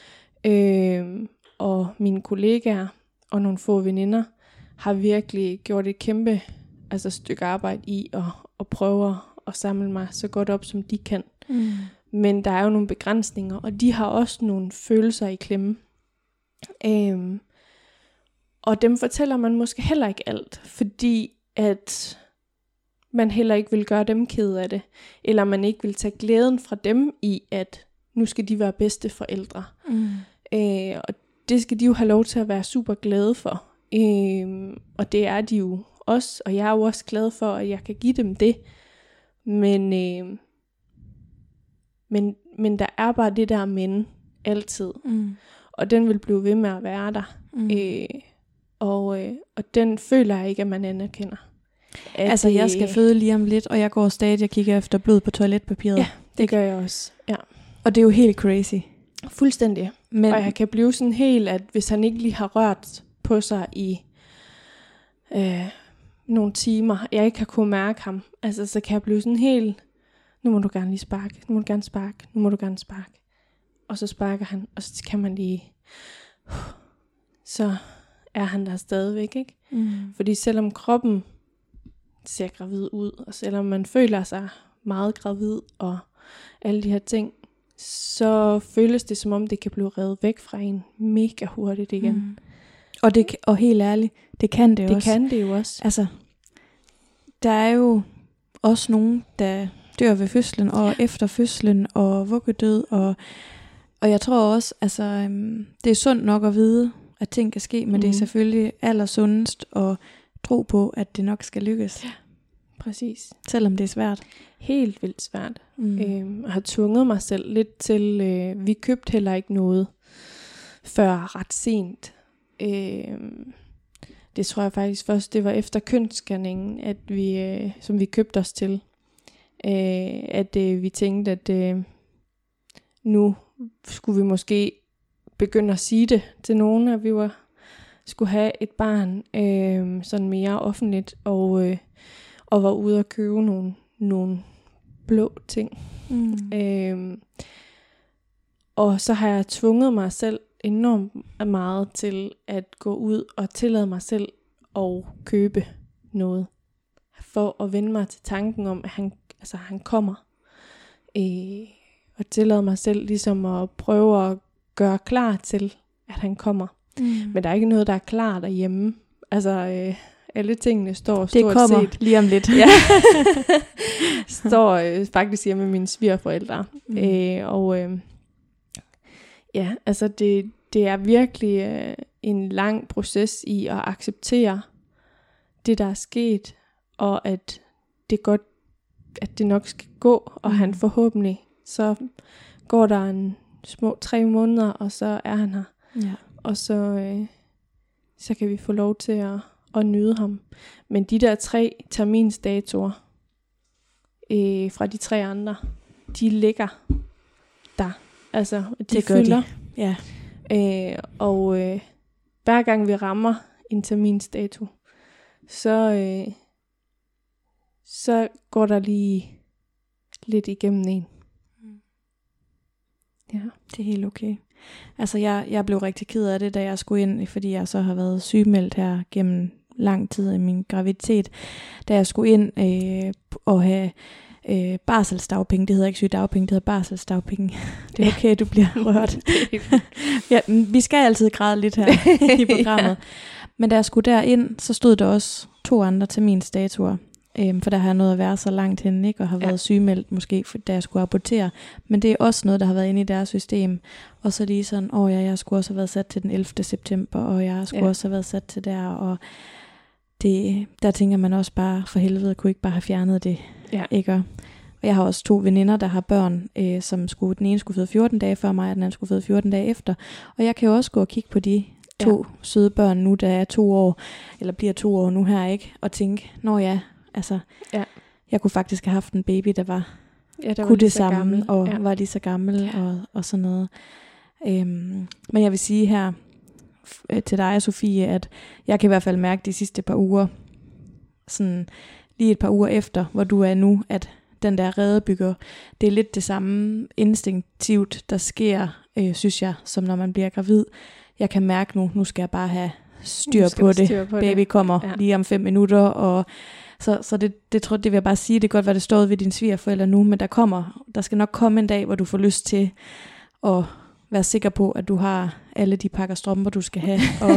øh, og mine kollegaer, og nogle få veninder, har virkelig gjort et kæmpe altså stykke arbejde i at, at prøve at samle mig så godt op, som de kan. Mm. Men der er jo nogle begrænsninger, og de har også nogle følelser i klemme. Øhm, og dem fortæller man måske heller ikke alt, fordi at man heller ikke vil gøre dem ked af det, eller man ikke vil tage glæden fra dem i, at nu skal de være bedste forældre. Mm. Øh, og det skal de jo have lov til at være super glade for. Øh, og det er de jo også, og jeg er jo også glad for, at jeg kan give dem det. Men, øh, men, men der er bare det der men altid. Mm. Og den vil blive ved med at være der. Mm. Øh, og, øh, og den føler jeg ikke, at man anerkender. At Altså, jeg skal føde lige om lidt, og jeg går stadig og kigger efter blod på toiletpapiret. Ja, det gør jeg også. Ja. Og det er jo helt crazy. Fuldstændig. Men, og jeg kan blive sådan helt, at hvis han ikke lige har rørt på sig i øh, nogle timer, jeg ikke har kunnet mærke ham, altså så kan jeg blive sådan helt, nu må du gerne lige sparke, nu må du gerne sparke, nu må du gerne sparke. Og så sparker han, og så kan man lige, så er han der stadigvæk, ikke? mm. Fordi selvom kroppen ser gravid ud, og selvom man føler sig meget gravid, og alle de her ting, så føles det, som om det kan blive revet væk fra en mega hurtigt igen. Mm. Og, det, og helt ærligt, det kan det, det også. Det kan det jo også. Altså, der er jo også nogen, der dør ved fødslen, og ja. efter fødslen, og vuggedød, og, og jeg tror også, altså, øhm, det er sundt nok at vide, at ting kan ske, men mm. det er selvfølgelig allersundest at tro på, at det nok skal lykkes. Ja, præcis. Selvom det er svært. Helt vildt svært. Mm. Øhm, jeg har tvunget mig selv lidt til, øh, vi købte heller ikke noget før ret sent. Øhm, det tror jeg faktisk først, det var efter kønsscanningen, at vi, øh, som vi købte os til, øh, at øh, vi tænkte, at øh, nu skulle vi måske begynde at sige det til nogen, at vi var, skulle have et barn øh, sådan mere offentligt, og, øh, og var ude at købe nogle, nogle blå ting. Mm. Øh, og så har jeg tvunget mig selv enormt meget til at gå ud og tillade mig selv at købe noget, for at vende mig til tanken om, at han, altså, han kommer. Øh, og tillade mig selv ligesom at prøve at gøre klar til, at han kommer. Mm. Men der er ikke noget, der er klar derhjemme. Altså, øh, alle tingene står stort det kommer set lige om lidt. Ja. står øh, faktisk hjemme med mine svigerforældre. Mm. Øh, og øh, ja, altså det, det er virkelig øh, en lang proces i at acceptere det, der er sket, og at det godt, at det nok skal gå, og mm. han forhåbentlig, så går der en små tre måneder, og så er han her. Ja. Og så, øh, så kan vi få lov til at, at nyde ham. Men de der tre terminsdatoer øh, fra de tre andre, de ligger der. Altså, de det gør fylder. De. Ja. Øh, og øh, hver gang vi rammer en terminsdato, så, øh, så går der lige lidt igennem en. Ja. Det er helt okay. Altså jeg, jeg blev rigtig ked af det, da jeg skulle ind, fordi jeg så har været sygemeldt her gennem lang tid i min graviditet. Da jeg skulle ind øh, og have øh, barselsdagpenge, det hedder ikke sygedagpenge, det hedder barselsdagpenge. Det er okay, du bliver rørt. Ja, vi skal altid græde lidt her i programmet. Ja. Men da jeg skulle derind, så stod der også to andre terminsdatoer. Øhm, for der har jeg nået at være så langt henne, ikke? Og har været ja. sygemeldt måske, for, da jeg skulle abortere. Men det er også noget, der har været inde i deres system. Og så lige sådan, åh ja, jeg skulle også have været sat til den ellevte september, og jeg skulle ja. også have været sat til der. Og det, der tænker man også bare, for helvede, kunne ikke bare have fjernet det. Ja. Ikke? Og jeg har også to veninder, der har børn, øh, som skulle, den ene skulle føde fjorten dage før mig, og den anden skulle føde fjorten dage efter. Og jeg kan jo også gå og kigge på de to ja. søde børn nu, der er to år, eller bliver to år nu her, ikke? Og tænke, nå ja, altså, ja. jeg kunne faktisk have haft en baby, der var, ja, der kunne var det samme, gammel. og ja. var lige så gammel, ja. og, og sådan noget. Øhm, men jeg vil sige her f- til dig, Sofie, at jeg kan i hvert fald mærke de sidste par uger, sådan lige et par uger efter, hvor du er nu, at den der redebygger, det er lidt det samme instinktivt, der sker, øh, synes jeg, som når man bliver gravid. Jeg kan mærke nu, nu skal jeg bare have styr på det. Styr på Baby det. kommer ja. lige om fem minutter, og så, så det, det, tror, det vil jeg bare sige, det er godt, hvad det står ved dine svigerforældre nu, men der kommer, der skal nok komme en dag, hvor du får lyst til at være sikker på, at du har alle de pakker strømper, du skal have, og,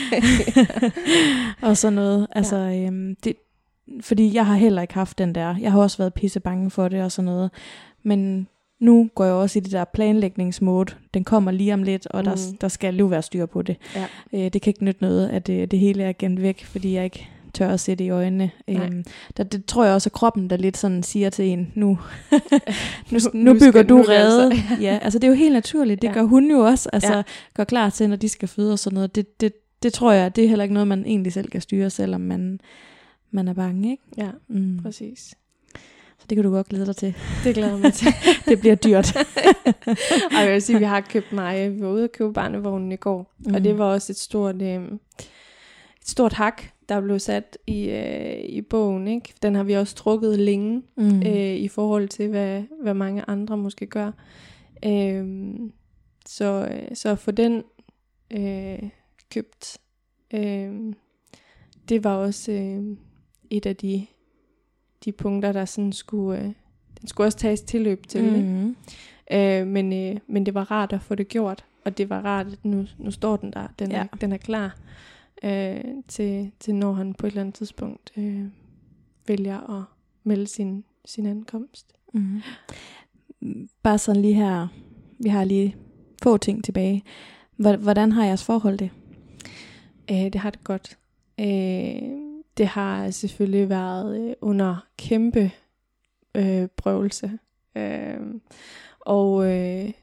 og sådan noget. Altså, ja. øhm, det, fordi jeg har heller ikke haft den der. Jeg har også været pisse bange for det og sådan noget. Men nu går jeg også i det der planlægningsmode. Den kommer lige om lidt, og mm. der, der skal jo være styr på det. Ja. Øh, det kan ikke nytte noget, at det, det hele er gemt væk, fordi jeg ikke tør at sætte i øjnene. Øhm, der, det tror jeg også, at kroppen der lidt sådan siger til en, nu, nu, nu, nu bygger du rede. Altså. Ja, altså det er jo helt naturligt. Det ja. gør hun jo også. Altså ja. gør klar til, når de skal føde og sådan noget. Det, det, det tror jeg, det er heller ikke noget, man egentlig selv kan styre, selvom man, man er bange, ikke? Ja, mm. præcis. Så det kan du godt glæde dig til. Det glæder mig til. Det bliver dyrt. Og jeg vil sige, vi har købt mig. Vi var ude og købe barnevognen i går. Mm. Og det var også et stort, øh, et stort hak, der blev sat i, øh, i bogen. Ikke? Den har vi også trukket længe, mm. øh, i forhold til, hvad, hvad mange andre måske gør. Øh, så, så for den øh, købt, øh, det var også øh, et af de de punkter, der sådan skulle, øh, den skulle også tages tilløb til. Mm-hmm. Øh, men, øh, men det var rart at få det gjort, og det var rart, at nu, nu står den der, den, ja. er, den er klar, øh, til, til når han på et eller andet tidspunkt øh, vælger at melde sin, sin ankomst. Mm-hmm. Bare sådan lige her, vi har lige få ting tilbage. Hvordan har jeres forhold det? Øh, det har det godt. Øh, Det har selvfølgelig været øh, under kæmpe øh, prøvelse. Øh, og øh,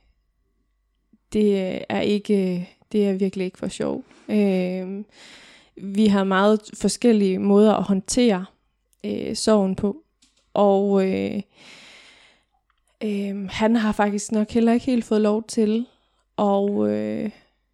det er ikke, det er virkelig ikke for sjov. Øh, vi har meget forskellige måder at håndtere øh, sorgen på. Og øh, øh, han har faktisk nok heller ikke helt fået lov til at, øh,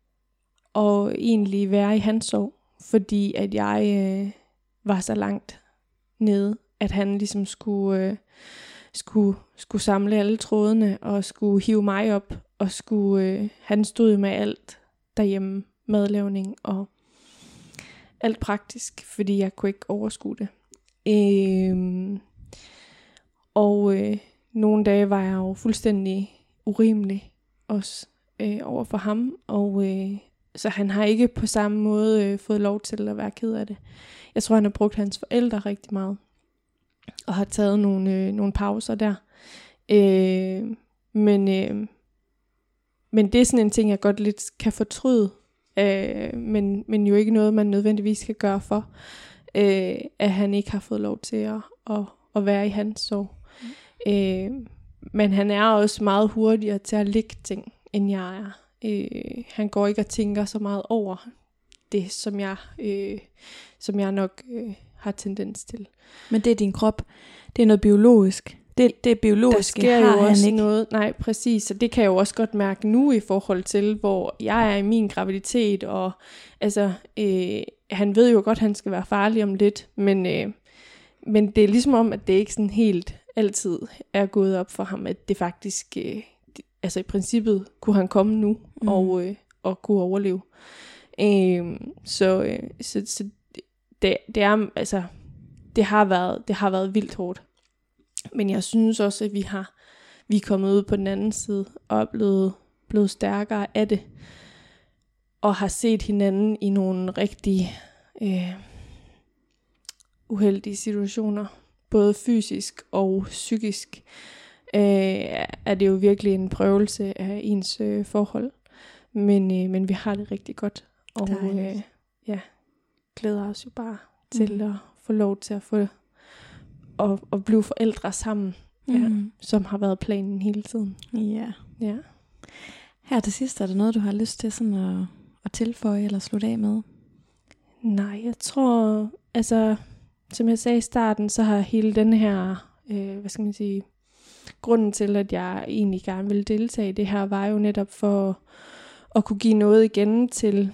at egentlig være i hans sorg. Fordi at jeg øh, var så langt nede, at han ligesom skulle, øh, skulle, skulle samle alle trådene, og skulle hive mig op, og skulle, øh, han stod med alt derhjemme, madlavning og alt praktisk, fordi jeg kunne ikke overskue det. Øh, og øh, nogle dage var jeg jo fuldstændig urimelig også øh, over for ham, og øh, så han har ikke på samme måde øh, fået lov til at være ked af det. Jeg tror, han har brugt hans forældre rigtig meget, og har taget nogle, øh, nogle pauser der. Øh, men, øh, men det er sådan en ting, jeg godt lidt kan fortryde, øh, men, men jo ikke noget, man nødvendigvis skal gøre for, øh, at han ikke har fået lov til at, at, at være i hans sorg. Mm. Øh, men han er også meget hurtigere til at lægge ting, end jeg er. Øh, han går ikke og tænker så meget over det, som jeg, øh, som jeg nok øh, har tendens til. Men det er din krop. Det er noget biologisk. Det, det er biologisk. Der sker har jo også ikke. noget. Nej, præcis. Så det kan jeg jo også godt mærke nu i forhold til, hvor jeg er i min graviditet. Og altså, øh, han ved jo godt, at han skal være farlig om lidt. Men, øh, men det er ligesom om, at det ikke sådan helt altid er gået op for ham, at det faktisk, øh, det, altså i princippet, kunne han komme nu mm. og, øh, og kunne overleve. Øh, så, øh, så, så det, det er, altså, det har været, det har været vildt hårdt. Men jeg synes også, at vi har vi er kommet ud på den anden side og er blevet, blevet stærkere af det. Og har set hinanden i nogle rigtig øh, uheldige situationer. Både fysisk og psykisk øh, er det jo virkelig en prøvelse af ens øh, forhold. Men, øh, men vi har det rigtig godt. Og øh, ja, glæder os jo bare til mm. at få lov til at få og, og blive forældre sammen, mm. ja, som har været planen hele tiden. Ja. Ja. Her til sidst, er der noget, du har lyst til sådan at, at tilføje eller slutte af med? Nej, jeg tror, altså, som jeg sagde i starten, så har hele den her, øh, hvad skal man sige, grunden til, at jeg egentlig gerne ville deltage i det her, var jo netop for at kunne give noget igen til,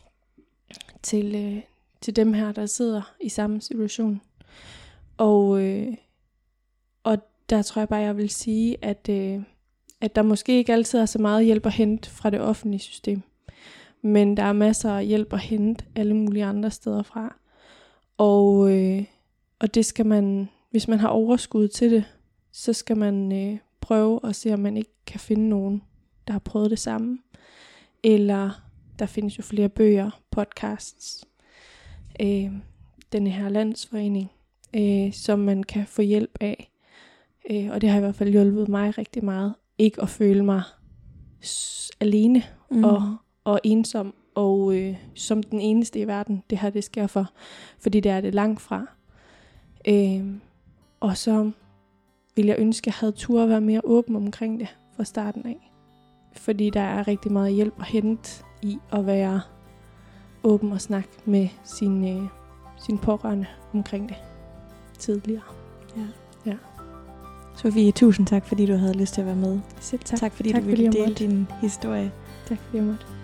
til, øh, til dem her, der sidder i samme situation. Og, øh, og der tror jeg bare, jeg vil sige, at, øh, at der måske ikke altid er så meget hjælp at hente fra det offentlige system. Men der er masser af hjælp at hente alle mulige andre steder fra. Og, øh, og det skal man, hvis man har overskud til det, så skal man øh, prøve at se, om man ikke kan finde nogen, der har prøvet det samme. Eller der findes jo flere bøger, podcasts, øh, denne her landsforening, øh, som man kan få hjælp af. Øh, og det har i hvert fald hjulpet mig rigtig meget. Ikke at føle mig s- alene mm. og, og ensom og øh, som den eneste i verden. Det her, det sker for, fordi det er det langt fra. Øh, og så vil jeg ønske, at jeg havde tur at være mere åben omkring det fra starten af. Fordi der er rigtig meget hjælp at hente i at være åben og snakke med sine, øh, sine pårørende omkring det tidligere. Ja. Ja. Sofie, tusind tak, fordi du havde lyst til at være med. Selv tak. Tak fordi tak, du ville fordi dele din historie. Tak fordi jeg måtte.